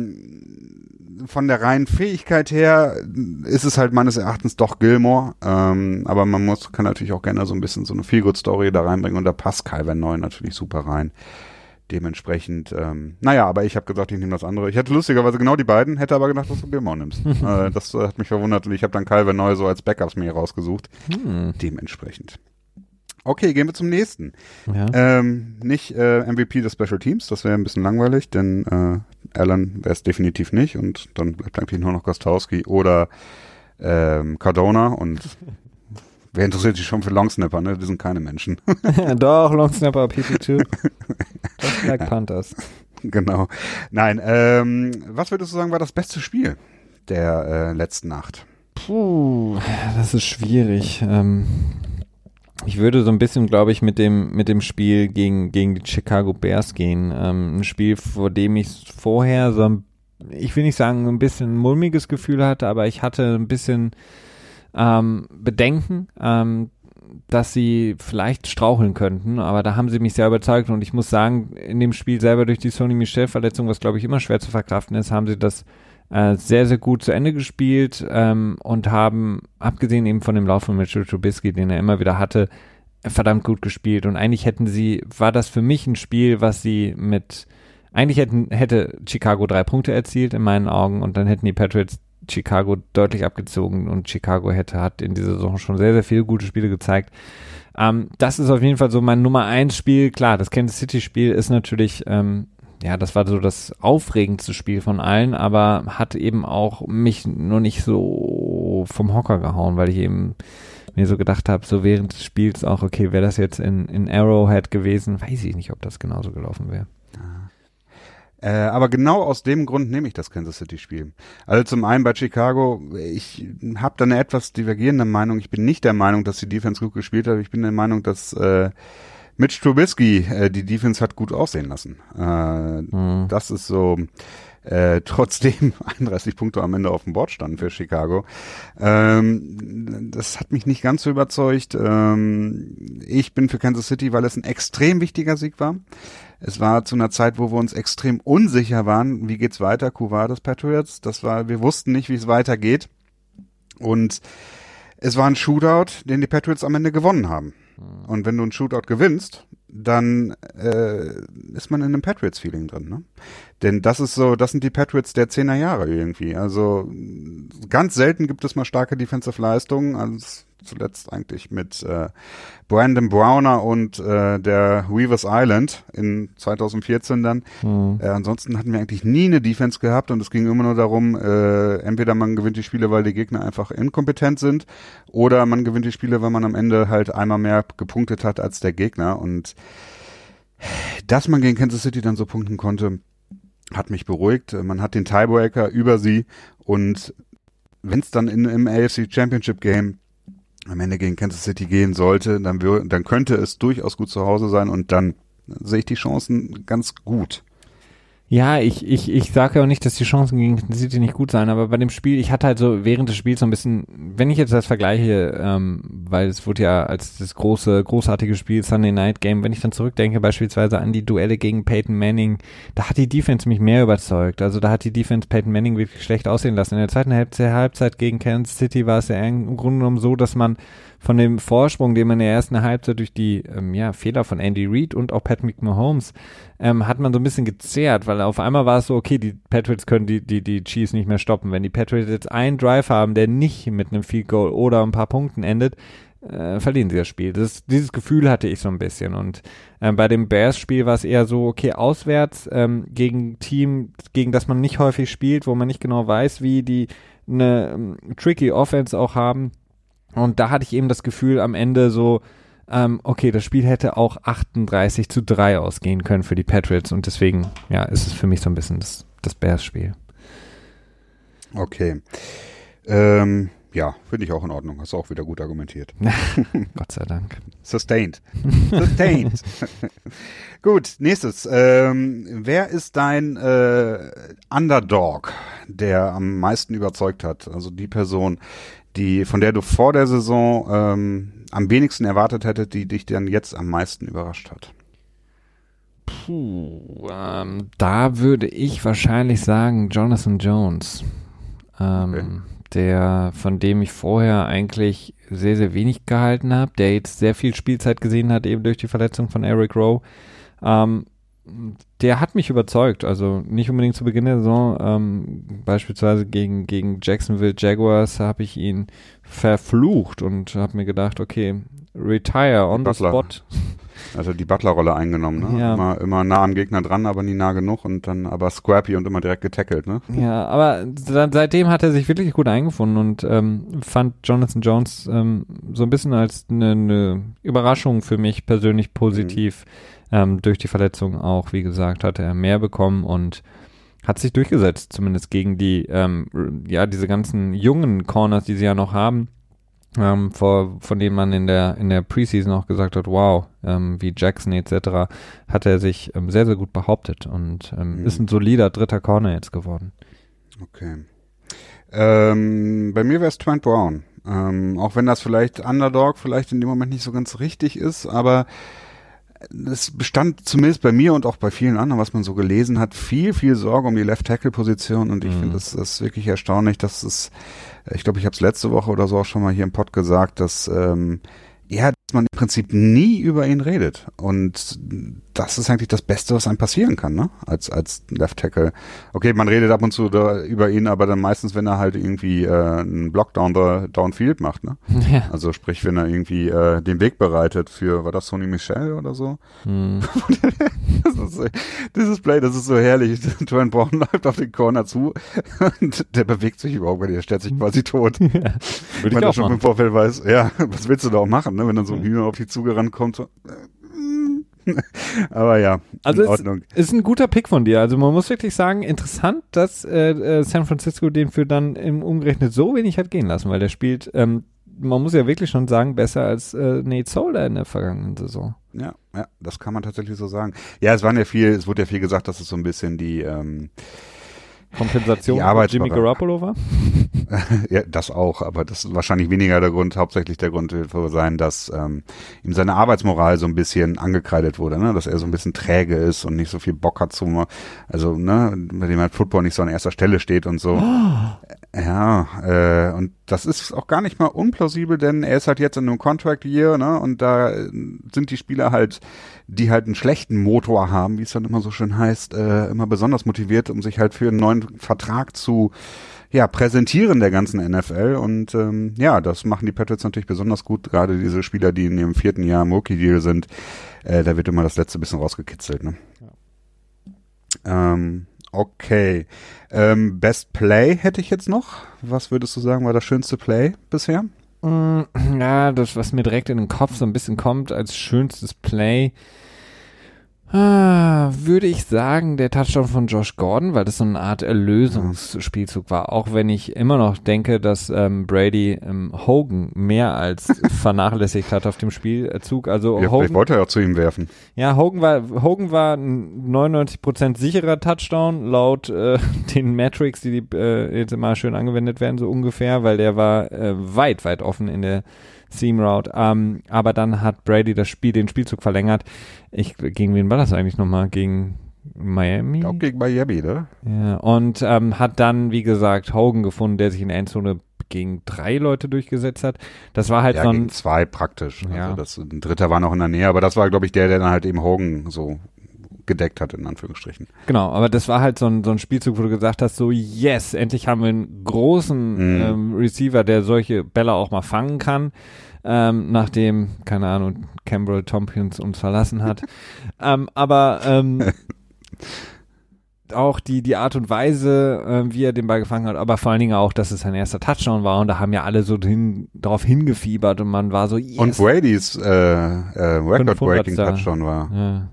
ähm, von der reinen Fähigkeit her ist es halt meines Erachtens doch Gilmore. Ähm, aber man muss kann natürlich auch gerne so ein bisschen so eine Feel-Good-Story da reinbringen und da passt Kyle Van Noy natürlich super rein. Dementsprechend, ähm, naja, aber ich habe gesagt, ich nehme das andere. Ich hätte lustigerweise genau die beiden, hätte aber gedacht, dass du Gilmore nimmst. äh, das äh, hat mich verwundert und ich habe dann Kyle Van Noy so als Backups mir rausgesucht. Hm. Dementsprechend. Okay, gehen wir zum nächsten. Ja. Ähm, nicht äh, M V P des Special Teams, das wäre ein bisschen langweilig, denn äh, Allen wäre es definitiv nicht und dann bleibt eigentlich nur noch Gostowski oder ähm, Cardona und wer interessiert sich schon für Longsnapper, ne? Die sind keine Menschen. Doch, Long Snapper, P P zwei. Das Black Ja. Panthers. Genau. Nein, ähm, was würdest du sagen, war das beste Spiel der äh, letzten Nacht? Puh, das ist schwierig. Ähm, ich würde so ein bisschen, glaube ich, mit dem mit dem Spiel gegen gegen die Chicago Bears gehen. Ähm, ein Spiel, vor dem ich vorher so ein, ich will nicht sagen, ein bisschen ein mulmiges Gefühl hatte, aber ich hatte ein bisschen ähm, Bedenken, ähm, dass sie vielleicht straucheln könnten, aber da haben sie mich sehr überzeugt und ich muss sagen, in dem Spiel selber durch die Sony Michel-Verletzung, was glaube ich immer schwer zu verkraften ist, haben sie das äh, sehr, sehr gut zu Ende gespielt ähm, und haben, abgesehen eben von dem Lauf von Mitchell Trubisky, den er immer wieder hatte, verdammt gut gespielt und eigentlich hätten sie, war das für mich ein Spiel, was sie mit, eigentlich hätten, hätte Chicago drei Punkte erzielt in meinen Augen und dann hätten die Patriots Chicago deutlich abgezogen und Chicago hätte, hat in dieser Saison schon sehr, sehr viele gute Spiele gezeigt. Ähm, das ist auf jeden Fall so mein Nummer eins Spiel. Klar, das Kansas City Spiel ist natürlich, ähm, ja, das war so das aufregendste Spiel von allen, aber hat eben auch mich nur nicht so vom Hocker gehauen, weil ich eben mir so gedacht habe, so während des Spiels auch, okay, wäre das jetzt in, in Arrowhead gewesen, weiß ich nicht, ob das genauso gelaufen wäre. Äh, aber genau aus dem Grund nehme ich das Kansas City-Spiel. Also zum einen bei Chicago, ich habe da eine etwas divergierende Meinung. Ich bin nicht der Meinung, dass die Defense gut gespielt hat. Ich bin der Meinung, dass äh, Mitch Trubisky äh, die Defense hat gut aussehen lassen. Äh, mhm. Das ist so, äh, trotzdem einunddreißig Punkte am Ende auf dem Board standen für Chicago. Ähm, das hat mich nicht ganz so überzeugt. Ähm, ich bin für Kansas City, weil es ein extrem wichtiger Sieg war. Es war zu einer Zeit, wo wir uns extrem unsicher waren, wie geht's weiter, Q war des Patriots. Das war, wir wussten nicht, wie es weitergeht. Und es war ein Shootout, den die Patriots am Ende gewonnen haben. Und wenn du einen Shootout gewinnst, dann äh, ist man in einem Patriots-Feeling drin, ne? Denn das ist so, das sind die Patriots der zehner Jahre irgendwie. Also ganz selten gibt es mal starke Defensive-Leistungen, also zuletzt eigentlich mit äh, Brandon Browner und äh, der Weavers Island in zwanzig vierzehn dann. Mhm. Äh, ansonsten hatten wir eigentlich nie eine Defense gehabt und es ging immer nur darum, äh, entweder man gewinnt die Spiele, weil die Gegner einfach inkompetent sind, oder man gewinnt die Spiele, weil man am Ende halt einmal mehr gepunktet hat als der Gegner. Und dass man gegen Kansas City dann so punkten konnte, hat mich beruhigt. Man hat den Tiebreaker über sie und wenn es dann in, im A F C Championship Game am Ende gegen Kansas City gehen sollte, dann, wür- dann könnte es durchaus gut zu Hause sein und dann sehe ich die Chancen ganz gut. Ja, ich, ich, ich sage ja auch nicht, dass die Chancen gegen Kansas City nicht gut sein, aber bei dem Spiel, ich hatte halt so während des Spiels so ein bisschen, wenn ich jetzt das vergleiche, ähm, weil es wurde ja als das große, großartige Spiel Sunday Night Game, wenn ich dann zurückdenke beispielsweise an die Duelle gegen Peyton Manning, da hat die Defense mich mehr überzeugt. Also da hat die Defense Peyton Manning wirklich schlecht aussehen lassen. In der zweiten Halbzeit, Halbzeit gegen Kansas City war es ja im Grunde genommen so, dass man von dem Vorsprung, den man in der ersten Halbzeit durch die ähm, ja, Fehler von Andy Reid und auch Patrick Mahomes ähm, hat man so ein bisschen gezehrt, weil auf einmal war es so, okay, die Patriots können die, die, die Chiefs nicht mehr stoppen. Wenn die Patriots jetzt einen Drive haben, der nicht mit einem Field Goal oder ein paar Punkten endet, äh, verlieren sie das Spiel. Das, dieses Gefühl hatte ich so ein bisschen. Und ähm, bei dem Bears-Spiel war es eher so, okay, auswärts ähm, gegen ein Team, gegen das man nicht häufig spielt, wo man nicht genau weiß, wie die eine ähm, tricky Offense auch haben. Und da hatte ich eben das Gefühl am Ende so, ähm, okay, das Spiel hätte auch achtunddreißig zu drei ausgehen können für die Patriots und deswegen, ja, ist es für mich so ein bisschen das, das Bears-Spiel. Okay. Ähm, ja, finde ich auch in Ordnung. Hast du auch wieder gut argumentiert. Gott sei Dank. Sustained. Sustained. Gut, nächstes. Ähm, wer ist dein äh, Underdog, der am meisten überzeugt hat? Also die Person, die, von der du vor der Saison ähm, am wenigsten erwartet hättest, die dich dann jetzt am meisten überrascht hat? Puh, ähm, da würde ich wahrscheinlich sagen Jonathan Jones, ähm, okay. der, von dem ich vorher eigentlich sehr, sehr wenig gehalten habe, der jetzt sehr viel Spielzeit gesehen hat, eben durch die Verletzung von Eric Rowe. Ähm, der hat mich überzeugt, also nicht unbedingt zu Beginn der Saison, ähm, beispielsweise gegen, gegen Jacksonville Jaguars habe ich ihn verflucht und habe mir gedacht, okay, retire on the spot. Also die Butler-Rolle eingenommen, ne? Ja. Immer, immer nah am Gegner dran, aber nie nah genug und dann aber scrappy und immer direkt getackelt, ne? Ja, aber seitdem hat er sich wirklich gut eingefunden und ähm, fand Jonathan Jones ähm, so ein bisschen als eine, eine Überraschung für mich persönlich positiv. Mhm. Ähm, durch die Verletzung auch, wie gesagt, hatte er mehr bekommen und hat sich durchgesetzt, zumindest gegen die, ähm, ja, diese ganzen jungen Corners, die sie ja noch haben, ähm, vor, von denen man in der in der Preseason auch gesagt hat, wow, ähm, wie Jackson et cetera, hat er sich ähm, sehr, sehr gut behauptet und ähm, mhm. ist ein solider dritter Corner jetzt geworden. Okay. Ähm, bei mir wäre es Trent Brown. Ähm, auch wenn das vielleicht Underdog vielleicht in dem Moment nicht so ganz richtig ist, aber es bestand zumindest bei mir und auch bei vielen anderen, was man so gelesen hat, viel, viel Sorge um die Left-Tackle-Position und ich mhm. finde, das ist wirklich erstaunlich, dass es, ich glaube, ich habe es letzte Woche oder so auch schon mal hier im Pod gesagt, dass ähm, ja, dass man im Prinzip nie über ihn redet und das ist eigentlich das Beste, was einem passieren kann, ne? Als als Left Tackle. Okay, man redet ab und zu da über ihn, aber dann meistens, wenn er halt irgendwie äh, einen Block down the, downfield macht, ne? Ja. Also sprich, wenn er irgendwie äh, den Weg bereitet für, war das Sonny Michel oder so? Hm. das ist so, dieses Play, das ist so herrlich. Trent Brown läuft auf den Corner zu und der bewegt sich überhaupt nicht, der stellt sich quasi tot. Ja. Würde wenn er schon machen. Im Vorfeld weiß, ja, was willst du da auch machen, ne? Wenn dann so ein Hühner auf die zugerannt kommt, so, aber ja, also in Ordnung. Ist, ist ein guter Pick von dir. Also man muss wirklich sagen, interessant, dass äh, San Francisco den für dann im Umgerechnet so wenig hat gehen lassen, weil der spielt, ähm, man muss ja wirklich schon sagen, besser als äh, Nate Solder in der vergangenen Saison. Ja, ja, das kann man tatsächlich so sagen. Ja, es waren ja viel, es wurde ja viel gesagt, dass es so ein bisschen die ähm, Kompensation für Jimmy Garoppolo war? Ja, das auch, aber das ist wahrscheinlich weniger der Grund, hauptsächlich der Grund wird sein, dass ähm, ihm seine Arbeitsmoral so ein bisschen angekreidet wurde, ne, dass er so ein bisschen träge ist und nicht so viel Bock hat zum, also, ne, bei dem halt Football nicht so an erster Stelle steht und so. Oh. Ja, äh, und das ist auch gar nicht mal unplausibel, denn er ist halt jetzt in einem Contract Year, ne, und da sind die Spieler halt, die halt einen schlechten Motor haben, wie es dann immer so schön heißt, äh, immer besonders motiviert, um sich halt für einen neuen Vertrag zu, ja, präsentieren der ganzen N F L und ähm, ja, das machen die Patriots natürlich besonders gut, gerade diese Spieler, die in ihrem vierten Jahr im Rookie-Deal sind, äh, da wird immer das letzte bisschen rausgekitzelt, ne. Ja. Ähm, Okay. Ähm, Best Play hätte ich jetzt noch. Was würdest du sagen, war das schönste Play bisher? Ja, das, was mir direkt in den Kopf so ein bisschen kommt als schönstes Play, ah, würde ich sagen, der Touchdown von Josh Gordon, weil das so eine Art Erlösungsspielzug war. Auch wenn ich immer noch denke, dass ähm, Brady ähm, Hogan mehr als vernachlässigt hat auf dem Spielzug. Also ja, Hogan, vielleicht wollte er auch zu ihm werfen. Ja, Hogan war Hogan war ein neunundneunzig Prozent sicherer Touchdown laut äh, den Metrics, die, die äh, jetzt immer schön angewendet werden, so ungefähr, weil der war äh, weit, weit offen in der Seam Route. Ähm, aber dann hat Brady das Spiel, den Spielzug verlängert. Ich, gegen wen war das eigentlich nochmal? Gegen Miami? Ich glaube gegen Miami, ne? Ja, und ähm, hat dann, wie gesagt, Hogan gefunden, der sich in der Endzone gegen drei Leute durchgesetzt hat. Das war halt ja, so ein... gegen zwei praktisch. Ja. Also das, ein dritter war noch in der Nähe, aber das war, glaube ich, der, der dann halt eben Hogan so gedeckt hat, in Anführungsstrichen. Genau, aber das war halt so ein, so ein Spielzug, wo du gesagt hast, so yes, endlich haben wir einen großen mm. ähm, Receiver, der solche Bälle auch mal fangen kann, ähm, nachdem, keine Ahnung, Campbell Tompkins uns verlassen hat. ähm, aber ähm, auch die, die Art und Weise, äh, wie er den Ball gefangen hat, aber vor allen Dingen auch, dass es sein erster Touchdown war und da haben ja alle so hin, drauf hingefiebert und man war so, yes. Und Bradys äh, äh, Record-Breaking Touchdown war. Ja.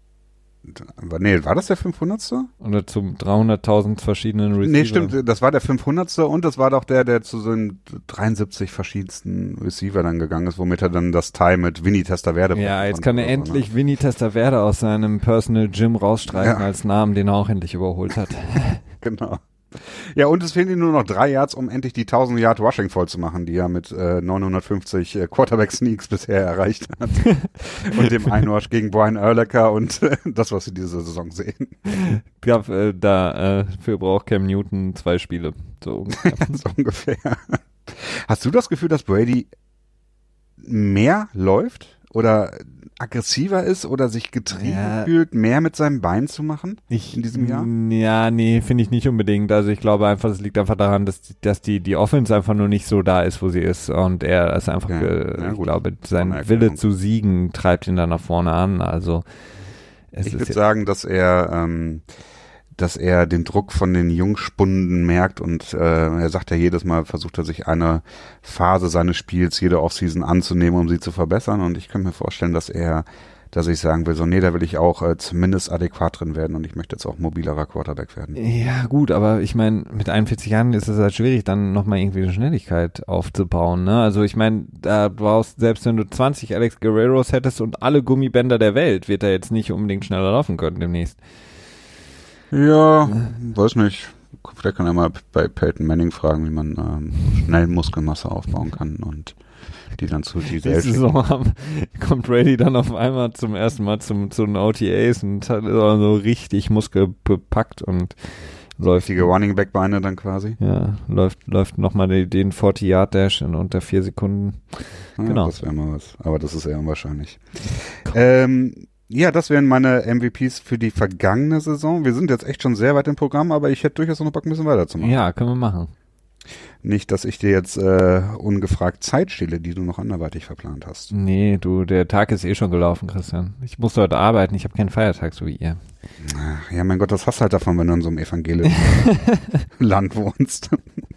Nee, war das der fünfhundertste? Oder zum dreihunderttausend verschiedenen Receiver. Nee, stimmt, das war der fünfhundertste und das war doch der, der zu so den dreiundsiebzig verschiedensten Receiver dann gegangen ist, womit er dann das Tie mit Vinny Testaverde Ja, jetzt kann er so, endlich ne? Vinny Testaverde aus seinem Personal Gym rausstreichen ja. als Namen, den er auch endlich überholt hat. Genau. Ja, und es fehlen ihm nur noch drei Yards, um endlich die tausend Yard Rushing voll zu machen, die er mit äh, neunhundertfünfzig äh, Quarterback Sneaks bisher erreicht hat. Und dem Einrush gegen Brian Urlacher und äh, das, was wir diese Saison sehen. Ja, äh, da, äh, für braucht Cam Newton zwei Spiele. So ungefähr. so ungefähr. Hast du das Gefühl, dass Brady mehr läuft oder aggressiver ist oder sich getrieben ja. fühlt, mehr mit seinem Bein zu machen ich, in diesem Jahr? Ja, nee, finde ich nicht unbedingt. Also ich glaube einfach, es liegt einfach daran, dass, dass die, die Offense einfach nur nicht so da ist, wo sie ist und er ist einfach, ja. äh, ja, ich glaube, sein Wille zu siegen treibt ihn dann nach vorne an. Also es ich ist würde sagen, dass er ähm, dass er den Druck von den Jungspunden merkt und äh, er sagt ja jedes Mal, versucht er sich eine Phase seines Spiels jede Offseason anzunehmen, um sie zu verbessern und ich kann mir vorstellen, dass er, dass ich sagen will, so nee, da will ich auch äh, zumindest adäquat drin werden und ich möchte jetzt auch mobilerer Quarterback werden. Ja gut, aber ich meine, mit einundvierzig Jahren ist es halt schwierig, dann nochmal irgendwie eine Schnelligkeit aufzubauen, ne? Also ich meine, da brauchst, selbst wenn du zwanzig Alex Guerreros hättest und alle Gummibänder der Welt, wird er jetzt nicht unbedingt schneller laufen können demnächst. Ja, weiß nicht. Vielleicht kann er mal bei Peyton Manning fragen, wie man ähm, schnell Muskelmasse aufbauen kann und die dann zu Giselle schicken. So kommt Brady dann auf einmal zum ersten Mal zum, zu den O T As und hat so richtig muskelbepackt und läuft. Die Running Back Beine dann quasi. Ja, läuft, läuft nochmal den, den vierzig Yard Dash in unter vier Sekunden. Ja, genau. Das wäre mal was. Aber das ist eher unwahrscheinlich. Ähm, Ja, das wären meine M V Ps für die vergangene Saison. Wir sind jetzt echt schon sehr weit im Programm, aber ich hätte durchaus noch Bock, ein bisschen weiterzumachen. Ja, können wir machen. Nicht, dass ich dir jetzt äh, ungefragt Zeit stehle, die du noch anderweitig verplant hast. Nee, du, der Tag ist eh schon gelaufen, Christian. Ich muss heute arbeiten, ich habe keinen Feiertag, so wie ihr. Ach, ja, mein Gott, das hast du halt davon, wenn du in so einem evangelischen Land wohnst.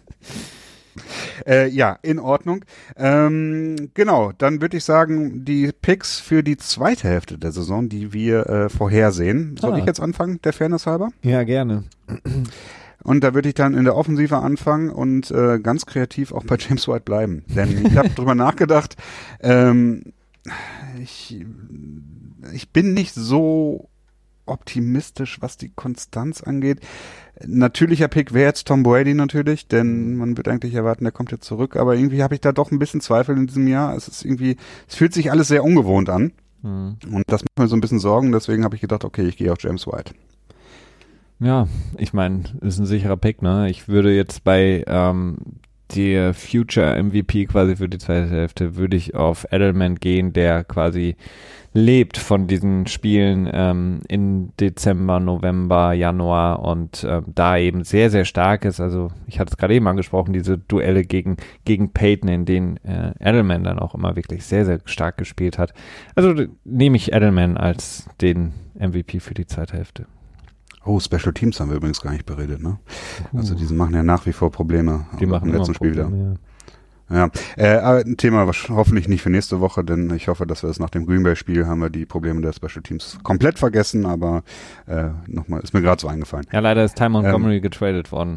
Äh, ja, in Ordnung. Ähm, genau, dann würde ich sagen, die Picks für die zweite Hälfte der Saison, die wir äh, vorhersehen. Soll ah. ich jetzt anfangen, der Fairness halber? Ja, gerne. Und da würde ich dann in der Offensive anfangen und äh, ganz kreativ auch bei James White bleiben. Denn ich habe drüber nachgedacht, ähm, ich, ich bin nicht so optimistisch, was die Konstanz angeht. Natürlicher Pick wäre jetzt Tom Brady natürlich, denn man wird eigentlich erwarten, der kommt jetzt zurück, aber irgendwie habe ich da doch ein bisschen Zweifel in diesem Jahr. Es ist irgendwie, es fühlt sich alles sehr ungewohnt an mhm. und das macht mir so ein bisschen Sorgen, deswegen habe ich gedacht, okay, ich gehe auf James White. Ja, ich meine, ist ein sicherer Pick, ne? Ich würde jetzt bei ähm, der Future M V P quasi für die zweite Hälfte, würde ich auf Edelman gehen, der quasi lebt von diesen Spielen ähm, in Dezember, November, Januar und ähm, da eben sehr, sehr stark ist. Also ich hatte es gerade eben angesprochen, diese Duelle gegen, gegen Peyton, in denen äh, Edelman dann auch immer wirklich sehr, sehr stark gespielt hat. Also nehme ich Edelman als den M V P für die zweite Hälfte. Oh, Special Teams haben wir übrigens gar nicht beredet, ne? Uh. Also die machen ja nach wie vor Probleme. Die machen im letzten Spiel wieder. Ja, ja. Äh, ein Thema was hoffentlich nicht für nächste Woche, denn ich hoffe, dass wir es nach dem Green Bay Spiel haben wir die Probleme der Special Teams komplett vergessen, aber äh, nochmal, ist mir gerade so eingefallen. Ja, leider ist Ty Montgomery ähm, getradet worden.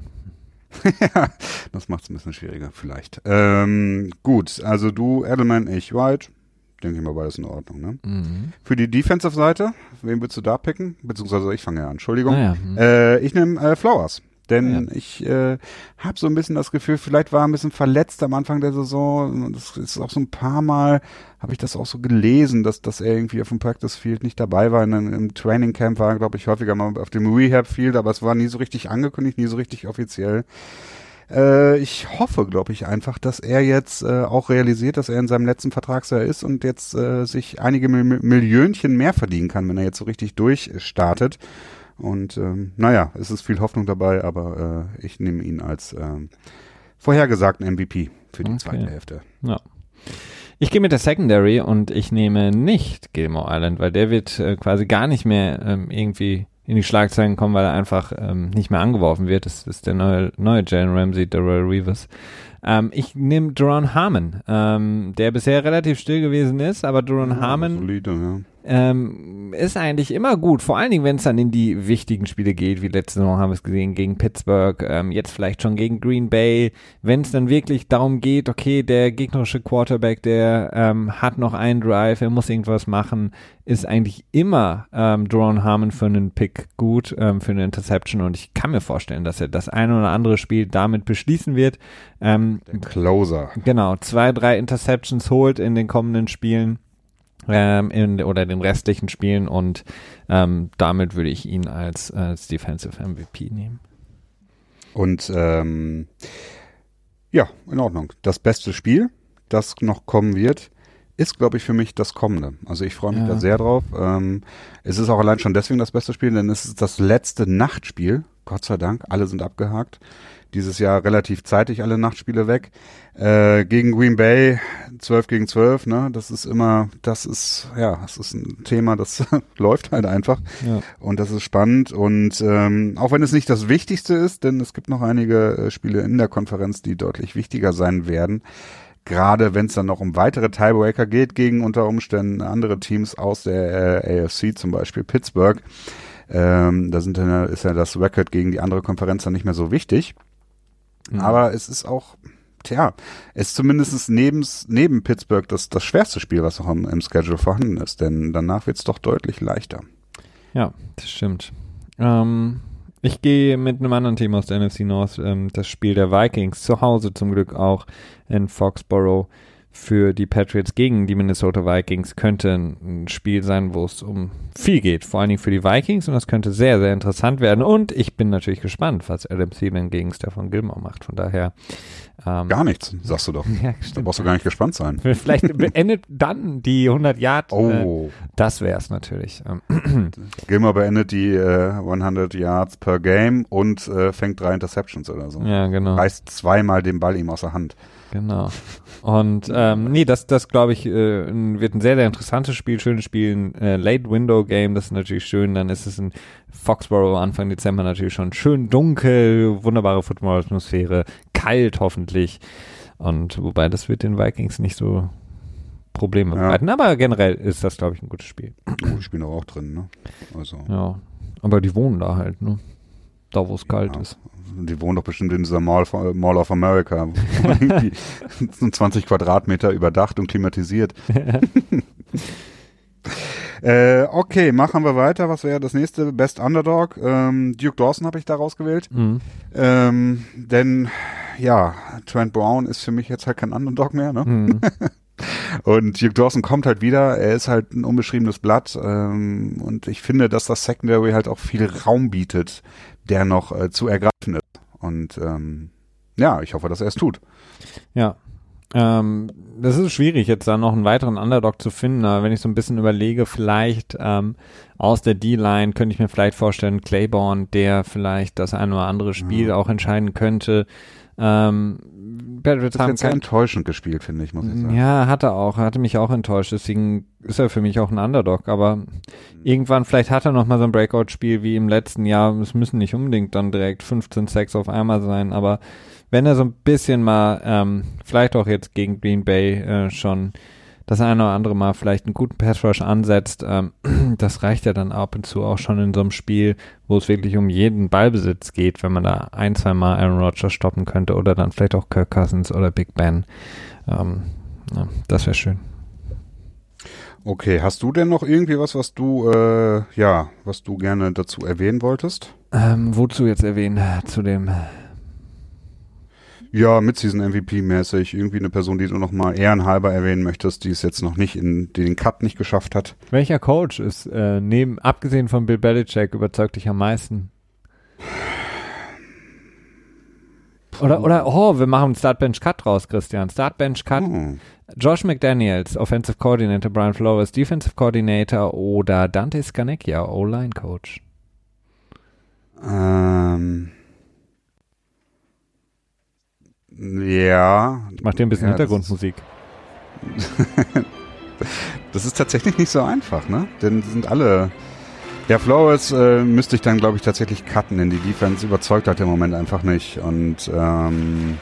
Ja, das macht es ein bisschen schwieriger vielleicht. Ähm, gut, also du Edelman, ich White. Denke ich mal, beides in Ordnung, ne? Mhm. Für die Defensive-Seite, wen willst du da picken? Beziehungsweise ich fange ja an, Entschuldigung. Ah ja. mhm. äh, ich nehme äh, Flowers, denn Ja. ich äh, habe so ein bisschen das Gefühl, vielleicht war er ein bisschen verletzt am Anfang der Saison. Das ist auch so ein paar Mal, habe ich das auch so gelesen, dass, dass er irgendwie auf dem Practice Field nicht dabei war. In, Im Training Camp war er, glaube ich, häufiger mal auf dem Rehab Field, aber es war nie so richtig angekündigt, nie so richtig offiziell. Äh, ich hoffe, glaube ich, einfach, dass er jetzt äh, auch realisiert, dass er in seinem letzten Vertragsjahr ist und jetzt äh, sich einige Mil- Millionchen mehr verdienen kann, wenn er jetzt so richtig durchstartet. Und ähm, naja, es ist viel Hoffnung dabei, aber äh, ich nehme ihn als ähm, vorhergesagten M V P für die Okay. zweite Hälfte. Ja. Ich gehe mit der Secondary und ich nehme nicht Gilmore Island, weil der wird äh, quasi gar nicht mehr ähm, irgendwie in die Schlagzeilen kommen, weil er einfach ähm, nicht mehr angeworfen wird. Das ist der neue, neue Jalen Ramsey, Darrell Reeves. Ähm, ich nehme Duron Harmon, ähm, der bisher relativ still gewesen ist, aber Duron Ja, Harmon solide, ja. ähm, ist eigentlich immer gut, vor allen Dingen, wenn es dann in die wichtigen Spiele geht, wie letzte Saison haben wir es gesehen, gegen Pittsburgh, ähm, jetzt vielleicht schon gegen Green Bay, wenn es dann wirklich darum geht, okay, der gegnerische Quarterback, der ähm, hat noch einen Drive, er muss irgendwas machen, ist eigentlich immer ähm, Duron Harmon für einen Pick gut, ähm, für eine Interception und ich kann mir vorstellen, dass er das ein oder andere Spiel damit beschließen wird. Ähm, Der Closer. Genau, zwei, drei Interceptions holt in den kommenden Spielen. Ähm, in, oder den restlichen Spielen und ähm, damit würde ich ihn als, als Defensive M V P nehmen. Und ähm, ja, in Ordnung. Das beste Spiel, das noch kommen wird, ist, glaube ich, für mich das kommende. Also ich freue mich Ja. da sehr drauf. Ähm, es ist auch allein schon deswegen das beste Spiel, denn es ist das letzte Nachtspiel. Gott sei Dank, alle sind abgehakt. Dieses Jahr relativ zeitig alle Nachtspiele weg. Äh, gegen Green Bay zwölf gegen zwölf, ne? Das ist immer, das ist, ja, das ist ein Thema, das läuft halt einfach. Ja. Und das ist spannend. Und ähm, auch wenn es nicht das Wichtigste ist, denn es gibt noch einige äh, Spiele in der Konferenz, die deutlich wichtiger sein werden. Gerade wenn es dann noch um weitere Tiebreaker geht, gegen unter Umständen andere Teams aus der äh, A F C, zum Beispiel Pittsburgh. Ähm, da sind, äh, ist ja das Record gegen die andere Konferenz dann nicht mehr so wichtig. Mhm. Aber es ist auch, tja, es ist zumindest neben, neben Pittsburgh das, das schwerste Spiel, was noch im, im Schedule vorhanden ist, denn danach wird es doch deutlich leichter. Ja, das stimmt. Ähm, ich gehe mit einem anderen Team aus der N F C North, ähm, das Spiel der Vikings, zu Hause zum Glück auch in Foxborough für die Patriots gegen die Minnesota Vikings könnte ein Spiel sein, wo es um viel geht, vor allen Dingen für die Vikings und das könnte sehr, sehr interessant werden und ich bin natürlich gespannt, was Adam Thielen gegen Stefan Gilmore macht, von daher ähm, Gar nichts, sagst du doch. ja, Da brauchst du gar nicht gespannt sein. vielleicht beendet dann die hundert Yard, Oh, äh, das wäre es natürlich. Ähm, Gilmore beendet die äh, hundert Yards per Game und äh, fängt drei Interceptions oder so. ja, genau. Reißt zweimal den Ball ihm aus der Hand. Genau. Und ähm, nee, das, das glaube ich, äh, ein- wird ein sehr, sehr interessantes Spiel, schönes Spiel, ein äh, Late-Window-Game, das ist natürlich schön. Dann ist es in Foxborough Anfang Dezember natürlich schon schön dunkel, wunderbare Football-Atmosphäre, kalt hoffentlich. Und wobei, das wird den Vikings nicht so Probleme Ja. bereiten. Aber generell ist das, glaube ich, ein gutes Spiel. Oh, die spielen doch auch drin, ne? Also, Ja, aber die wohnen da halt, ne? Da, wo es kalt ja. ist. Die wohnen doch bestimmt in dieser Mall, Mall of America. Die sind zwanzig Quadratmeter überdacht und klimatisiert. äh, okay, machen wir weiter. Was wäre das nächste? Best Underdog. Ähm, Duke Dawson habe ich da rausgewählt. Mhm. Ähm, denn, ja, Trent Brown ist für mich jetzt halt kein Underdog mehr, ne? Mhm. Und Duke Dawson kommt halt wieder, er ist halt ein unbeschriebenes Blatt ähm, und ich finde, dass das Secondary halt auch viel Raum bietet, der noch äh, zu ergreifen ist. Und ähm, ja, ich hoffe, dass er es tut. Ja, ähm, das ist schwierig, jetzt da noch einen weiteren Underdog zu finden, aber wenn ich so ein bisschen überlege, vielleicht ähm, aus der D-Line könnte ich mir vielleicht vorstellen, Claiborne, der vielleicht das ein oder andere Spiel ja. auch entscheiden könnte. Ähm, Patriots das haben sehr enttäuschend gespielt, finde ich, muss ich sagen. Ja, hat er auch, hatte mich auch enttäuscht, deswegen ist er für mich auch ein Underdog, aber mhm. irgendwann, vielleicht hat er noch mal so ein Breakout-Spiel wie im letzten Jahr, es müssen nicht unbedingt dann direkt fünfzehn Sacks auf einmal sein, aber wenn er so ein bisschen mal, ähm, vielleicht auch jetzt gegen Green Bay äh, schon das eine oder andere Mal vielleicht einen guten Pass-Rush ansetzt, ähm, das reicht ja dann ab und zu auch schon in so einem Spiel, wo es wirklich um jeden Ballbesitz geht, wenn man da ein, zwei Mal Aaron Rodgers stoppen könnte oder dann vielleicht auch Kirk Cousins oder Big Ben. Ähm, ja, das wäre schön. Okay, hast du denn noch irgendwie was, was du, äh, ja, was du gerne dazu erwähnen wolltest? Ähm, wozu jetzt erwähnen? Zu dem... Ja, Mid-Season-M V P-mäßig. Irgendwie eine Person, die du noch mal ehrenhalber erwähnen möchtest, die es jetzt noch nicht in die den Cut nicht geschafft hat. Welcher Coach ist, äh, neben, abgesehen von Bill Belichick, überzeugt dich am meisten? Oder, oder, oh, wir machen einen Start-Bench-Cut raus, Christian. Start-Bench-Cut. Oh. Josh McDaniels, Offensive Coordinator, Brian Flores, Defensive Coordinator oder Dante Scarnecchia, O-Line-Coach? Ähm... Ja. Ich mach dir ein bisschen ja, Hintergrundmusik. Das, das ist tatsächlich nicht so einfach, ne? Denn sind alle. Ja, Flores äh, müsste ich dann, glaube ich, tatsächlich cutten, denn die Defense überzeugt halt im Moment einfach nicht. Und ähm,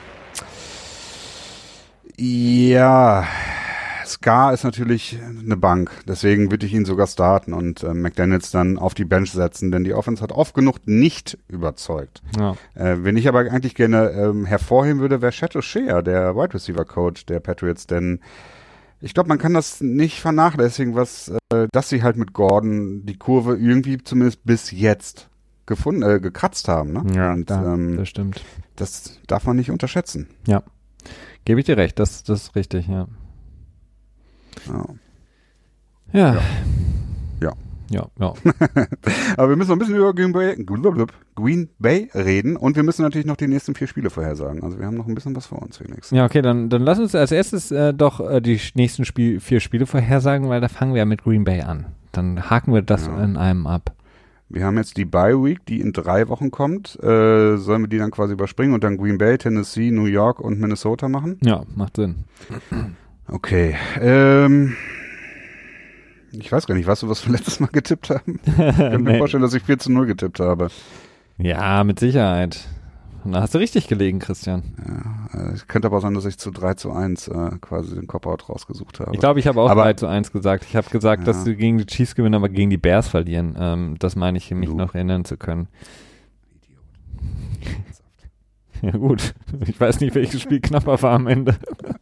ja, Scar ist natürlich eine Bank, deswegen würde ich ihn sogar starten und äh, McDaniels dann auf die Bench setzen, denn die Offense hat oft genug nicht überzeugt. Ja. Äh, wen ich aber eigentlich gerne ähm, hervorheben würde, wäre Shadow Shea, der Wide Receiver Coach der Patriots, denn ich glaube, man kann das nicht vernachlässigen, was, äh, dass sie halt mit Gordon die Kurve irgendwie zumindest bis jetzt gefunden, äh, gekratzt haben. Ne? Ja, und, da, ähm, das stimmt. Das darf man nicht unterschätzen. Ja, gebe ich dir recht, das, das ist richtig, ja. Ja. Ja. Ja. Ja, ja. Aber wir müssen noch ein bisschen über Green Bay, Green Bay reden und wir müssen natürlich noch die nächsten vier Spiele vorhersagen. Also wir haben noch ein bisschen was vor uns, Felix. Ja, okay, dann, dann lass uns als erstes äh, doch äh, die nächsten Spiel, vier Spiele vorhersagen, weil da fangen wir ja mit Green Bay an. Dann haken wir das ja. in einem ab. Wir haben jetzt die Bye Week, die in drei Wochen kommt. Äh, sollen wir die dann quasi überspringen und dann Green Bay, Tennessee, New York und Minnesota machen? Ja, macht Sinn. Okay, ähm, ich weiß gar nicht, weißt du, was wir letztes Mal getippt haben? Ich kann mir nee. vorstellen, dass ich vier zu null getippt habe. Ja, mit Sicherheit. Da hast du richtig gelegen, Christian. Ja, es könnte aber auch sein, dass ich zu drei zu eins äh, quasi den Cop-Out rausgesucht habe. Ich glaube, ich habe auch aber, drei zu eins gesagt. Ich habe gesagt, ja. dass sie gegen die Chiefs gewinnen, aber gegen die Bears verlieren. Ähm, das meine ich, mich du. noch erinnern zu können. Idiot. Ja gut, ich weiß nicht, welches Spiel knapper war am Ende.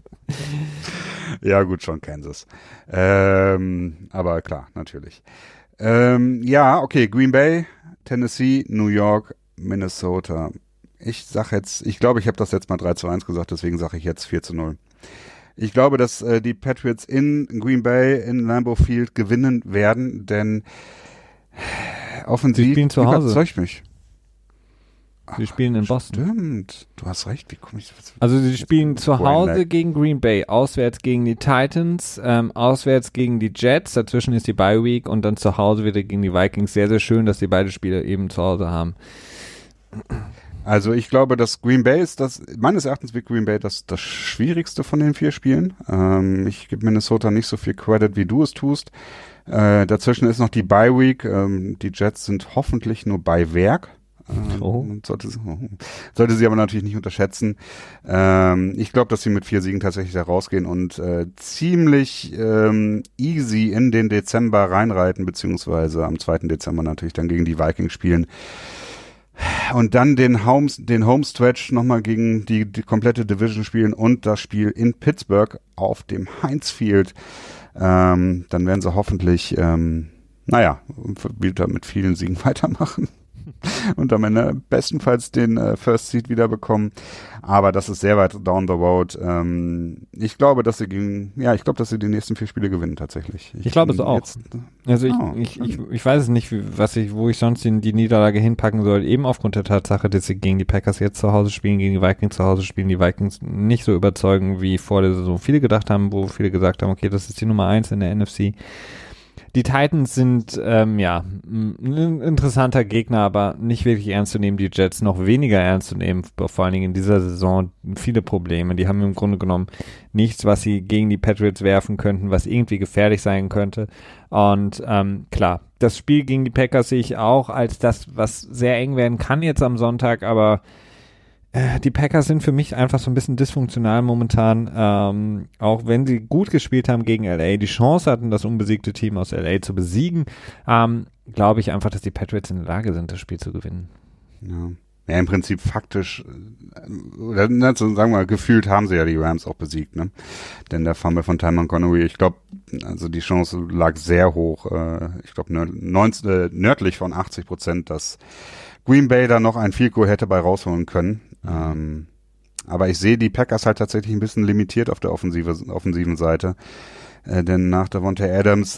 Ja, gut, schon Kansas. Ähm, aber klar, natürlich. Ähm, ja, okay, Green Bay, Tennessee, New York, Minnesota. Ich sag jetzt, ich glaube, ich habe das jetzt mal drei zu eins gesagt, deswegen sage ich jetzt vier zu null. Ich glaube, dass äh, die Patriots in Green Bay, in Lambeau Field gewinnen werden, denn offensiv überzeugt mich. Sie spielen in Boston. Stimmt, du hast recht. Wie komme ich? Was, also sie spielen zu Hause gegen Green Bay, auswärts gegen die Titans, ähm, auswärts gegen die Jets, dazwischen ist die Bye Week und dann zu Hause wieder gegen die Vikings. Sehr, sehr schön, dass die beide Spiele eben zu Hause haben. Also ich glaube, dass Green Bay ist das, meines Erachtens wird Green Bay das, das schwierigste von den vier Spielen. Ähm, ich gebe Minnesota nicht so viel Credit, wie du es tust. Äh, dazwischen ist noch die Bye Week. Ähm, die Jets sind hoffentlich nur bei Werk. Oh. Sollte, sollte sie aber natürlich nicht unterschätzen. Ähm, ich glaube, dass sie mit vier Siegen tatsächlich da rausgehen und äh, ziemlich ähm, easy in den Dezember reinreiten, beziehungsweise am zweiten Dezember natürlich dann gegen die Vikings spielen. Und dann den, Home, den Homestretch nochmal gegen die, die komplette Division spielen und das Spiel in Pittsburgh auf dem Heinz Field. Ähm, dann werden sie hoffentlich, ähm, naja, wieder mit vielen Siegen weitermachen. und am Ende bestenfalls den äh, First Seed wieder bekommen. Aber das ist sehr weit down the road. Ähm, ich glaube, dass sie gegen, ja, ich glaube, dass sie die nächsten vier Spiele gewinnen tatsächlich. Ich, ich glaube es auch. Jetzt, also ich, oh, ich, ich, ich weiß es nicht, was ich, wo ich sonst die, die Niederlage hinpacken soll. Eben aufgrund der Tatsache, dass sie gegen die Packers jetzt zu Hause spielen, gegen die Vikings zu Hause spielen, die Vikings nicht so überzeugen, wie vor der Saison viele gedacht haben, wo viele gesagt haben, okay, das ist die Nummer eins in der N F C. Die Titans sind, ähm, ja, ein interessanter Gegner, aber nicht wirklich ernst zu nehmen. Die Jets noch weniger ernst zu nehmen, vor allen Dingen in dieser Saison. Viele Probleme. Die haben im Grunde genommen nichts, was sie gegen die Patriots werfen könnten, was irgendwie gefährlich sein könnte. Und ähm, klar, das Spiel gegen die Packers sehe ich auch als das, was sehr eng werden kann jetzt am Sonntag, aber die Packers sind für mich einfach so ein bisschen dysfunktional momentan, ähm, auch wenn sie gut gespielt haben gegen L A, die Chance hatten, das unbesiegte Team aus L A zu besiegen, ähm, glaube ich einfach, dass die Patriots in der Lage sind, das Spiel zu gewinnen. Ja, ja im Prinzip faktisch, oder ne, sagen wir mal, gefühlt haben sie ja die Rams auch besiegt, ne? Denn der Fumble von Ty Montgomery, ich glaube, also die Chance lag sehr hoch, äh, ich glaube nörd, äh, nördlich von achtzig Prozent, dass Green Bay da noch ein Field Goal hätte bei rausholen können. Ähm, aber ich sehe die Packers halt tatsächlich ein bisschen limitiert auf der offensive, offensiven Seite. Äh, denn nach Davante Adams,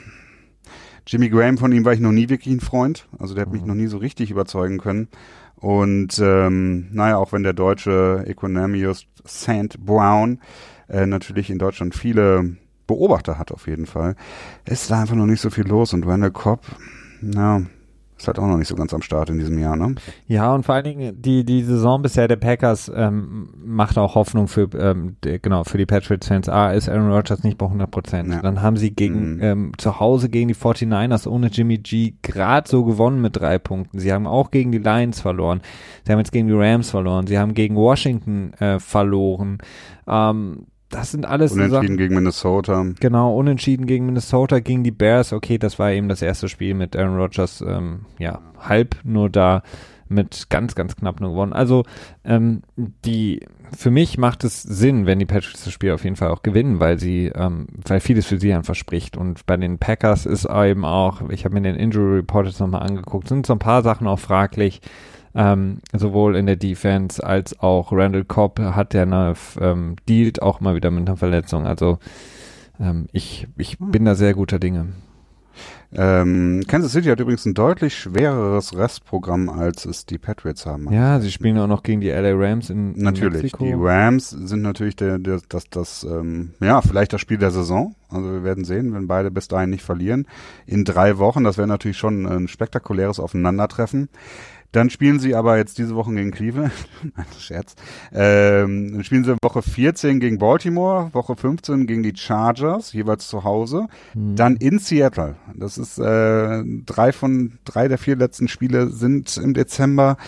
Jimmy Graham, von ihm war ich noch nie wirklich ein Freund. Also der hat mich noch nie so richtig überzeugen können. Und ähm, naja, auch wenn der deutsche Economius Saint Brown äh, natürlich in Deutschland viele Beobachter hat auf jeden Fall, ist da einfach noch nicht so viel los. Und Randall Cobb, na, ist halt auch noch nicht so ganz am Start in diesem Jahr, ne? Ja, und vor allen Dingen die die Saison bisher der Packers ähm, macht auch Hoffnung für ähm, die, genau für die Patriots-Fans. Ah, ist Aaron Rodgers nicht bei hundert Prozent. Ja. Dann haben sie gegen mhm. ähm, zu Hause gegen die forty-niners ohne Jimmy G gerade so gewonnen mit drei Punkten. Sie haben auch gegen die Lions verloren. Sie haben jetzt gegen die Rams verloren. Sie haben gegen Washington äh, verloren. Ähm, Das sind alles Unentschieden Sachen, gegen Minnesota. Genau, unentschieden gegen Minnesota, gegen die Bears. Okay, das war eben das erste Spiel mit Aaron Rodgers, ähm, ja, halb nur da mit ganz, ganz knapp nur gewonnen. Also, ähm, die, für mich macht es Sinn, wenn die Patriots das Spiel auf jeden Fall auch gewinnen, weil sie, ähm, weil vieles für sie einfach spricht. Und bei den Packers ist eben auch, ich habe mir den Injury Report jetzt nochmal angeguckt, sind so ein paar Sachen auch fraglich. Ähm, sowohl in der Defense als auch Randall Cobb hat ja eine, ähm, dealt auch mal wieder mit einer Verletzung. Also ähm, ich, ich bin da sehr guter Dinge. Ähm, Kansas City hat übrigens ein deutlich schwereres Restprogramm, als es die Patriots haben. Ja, sie spielen auch noch gegen die L A Rams in, in natürlich, Mexiko. Die Rams sind natürlich der, der, das, das, ähm, ja, vielleicht das Spiel der Saison. Also wir werden sehen, wenn beide bis dahin nicht verlieren. In drei Wochen, das wäre natürlich schon ein spektakuläres Aufeinandertreffen. Dann spielen sie aber jetzt diese Woche gegen Cleveland. Scherz. Ähm, dann spielen sie Woche vierzehn gegen Baltimore, Woche fünfzehn gegen die Chargers, jeweils zu Hause. Hm. Dann in Seattle. Das ist äh, drei von drei der vier letzten Spiele sind im Dezember.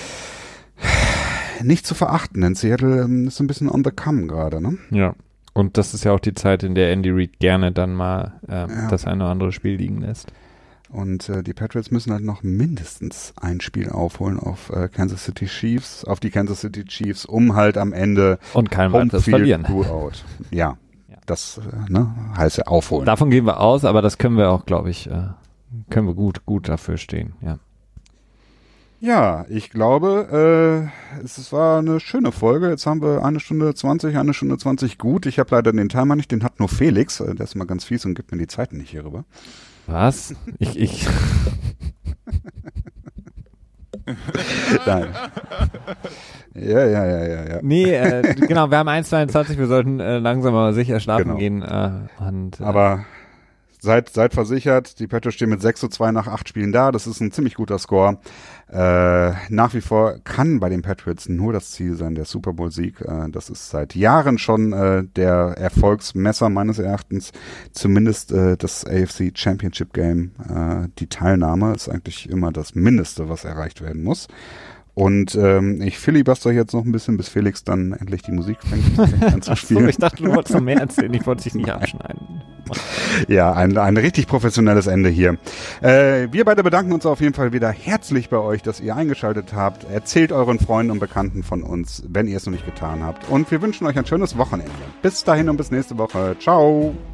Nicht zu verachten, denn Seattle ähm, ist ein bisschen on the come gerade, ne? Ja. Und das ist ja auch die Zeit, in der Andy Reid gerne dann mal ähm, ja. das eine oder andere Spiel liegen lässt. Und äh, die Patriots müssen halt noch mindestens ein Spiel aufholen auf äh, Kansas City Chiefs, auf die Kansas City Chiefs, um halt am Ende und kein weiteres verlieren. Out. Ja, ja, das äh, ne, heißt ja aufholen. Davon gehen wir aus, aber das können wir auch, glaube ich, äh, können wir gut, gut dafür stehen. Ja. Ja, ich glaube, äh, es, es war eine schöne Folge. Jetzt haben wir eine Stunde zwanzig, eine Stunde zwanzig gut. Ich habe leider den Timer nicht, den hat nur Felix. Der ist mal ganz fies und gibt mir die Zeiten nicht hier rüber. Was? Ich, ich. Nein. Ja, ja, ja, ja, ja. Nee, äh, genau, wir haben eins zweiundzwanzig, wir sollten äh, langsam aber sicher schlafen genau. gehen. Äh, und, äh, aber seid, seid versichert, die Patriots stehen mit sechs zu zwei nach acht Spielen da. Das ist ein ziemlich guter Score. Äh, nach wie vor kann bei den Patriots nur das Ziel sein, der Super Bowl-Sieg. Äh, das ist seit Jahren schon äh, der Erfolgsmesser meines Erachtens. Zumindest äh, das A F C Championship Game. Äh, die Teilnahme ist eigentlich immer das Mindeste, was erreicht werden muss. Und ähm, ich filibuster jetzt noch ein bisschen, bis Felix dann endlich die Musik fängt, fängt an zu spielen. So, ich dachte, du wolltest noch mehr erzählen, ich wollte dich nicht abschneiden. Ja, ein, ein richtig professionelles Ende hier. Äh, wir beide bedanken uns auf jeden Fall wieder herzlich bei euch, dass ihr eingeschaltet habt. Erzählt euren Freunden und Bekannten von uns, wenn ihr es noch nicht getan habt. Und wir wünschen euch ein schönes Wochenende. Bis dahin und bis nächste Woche. Ciao.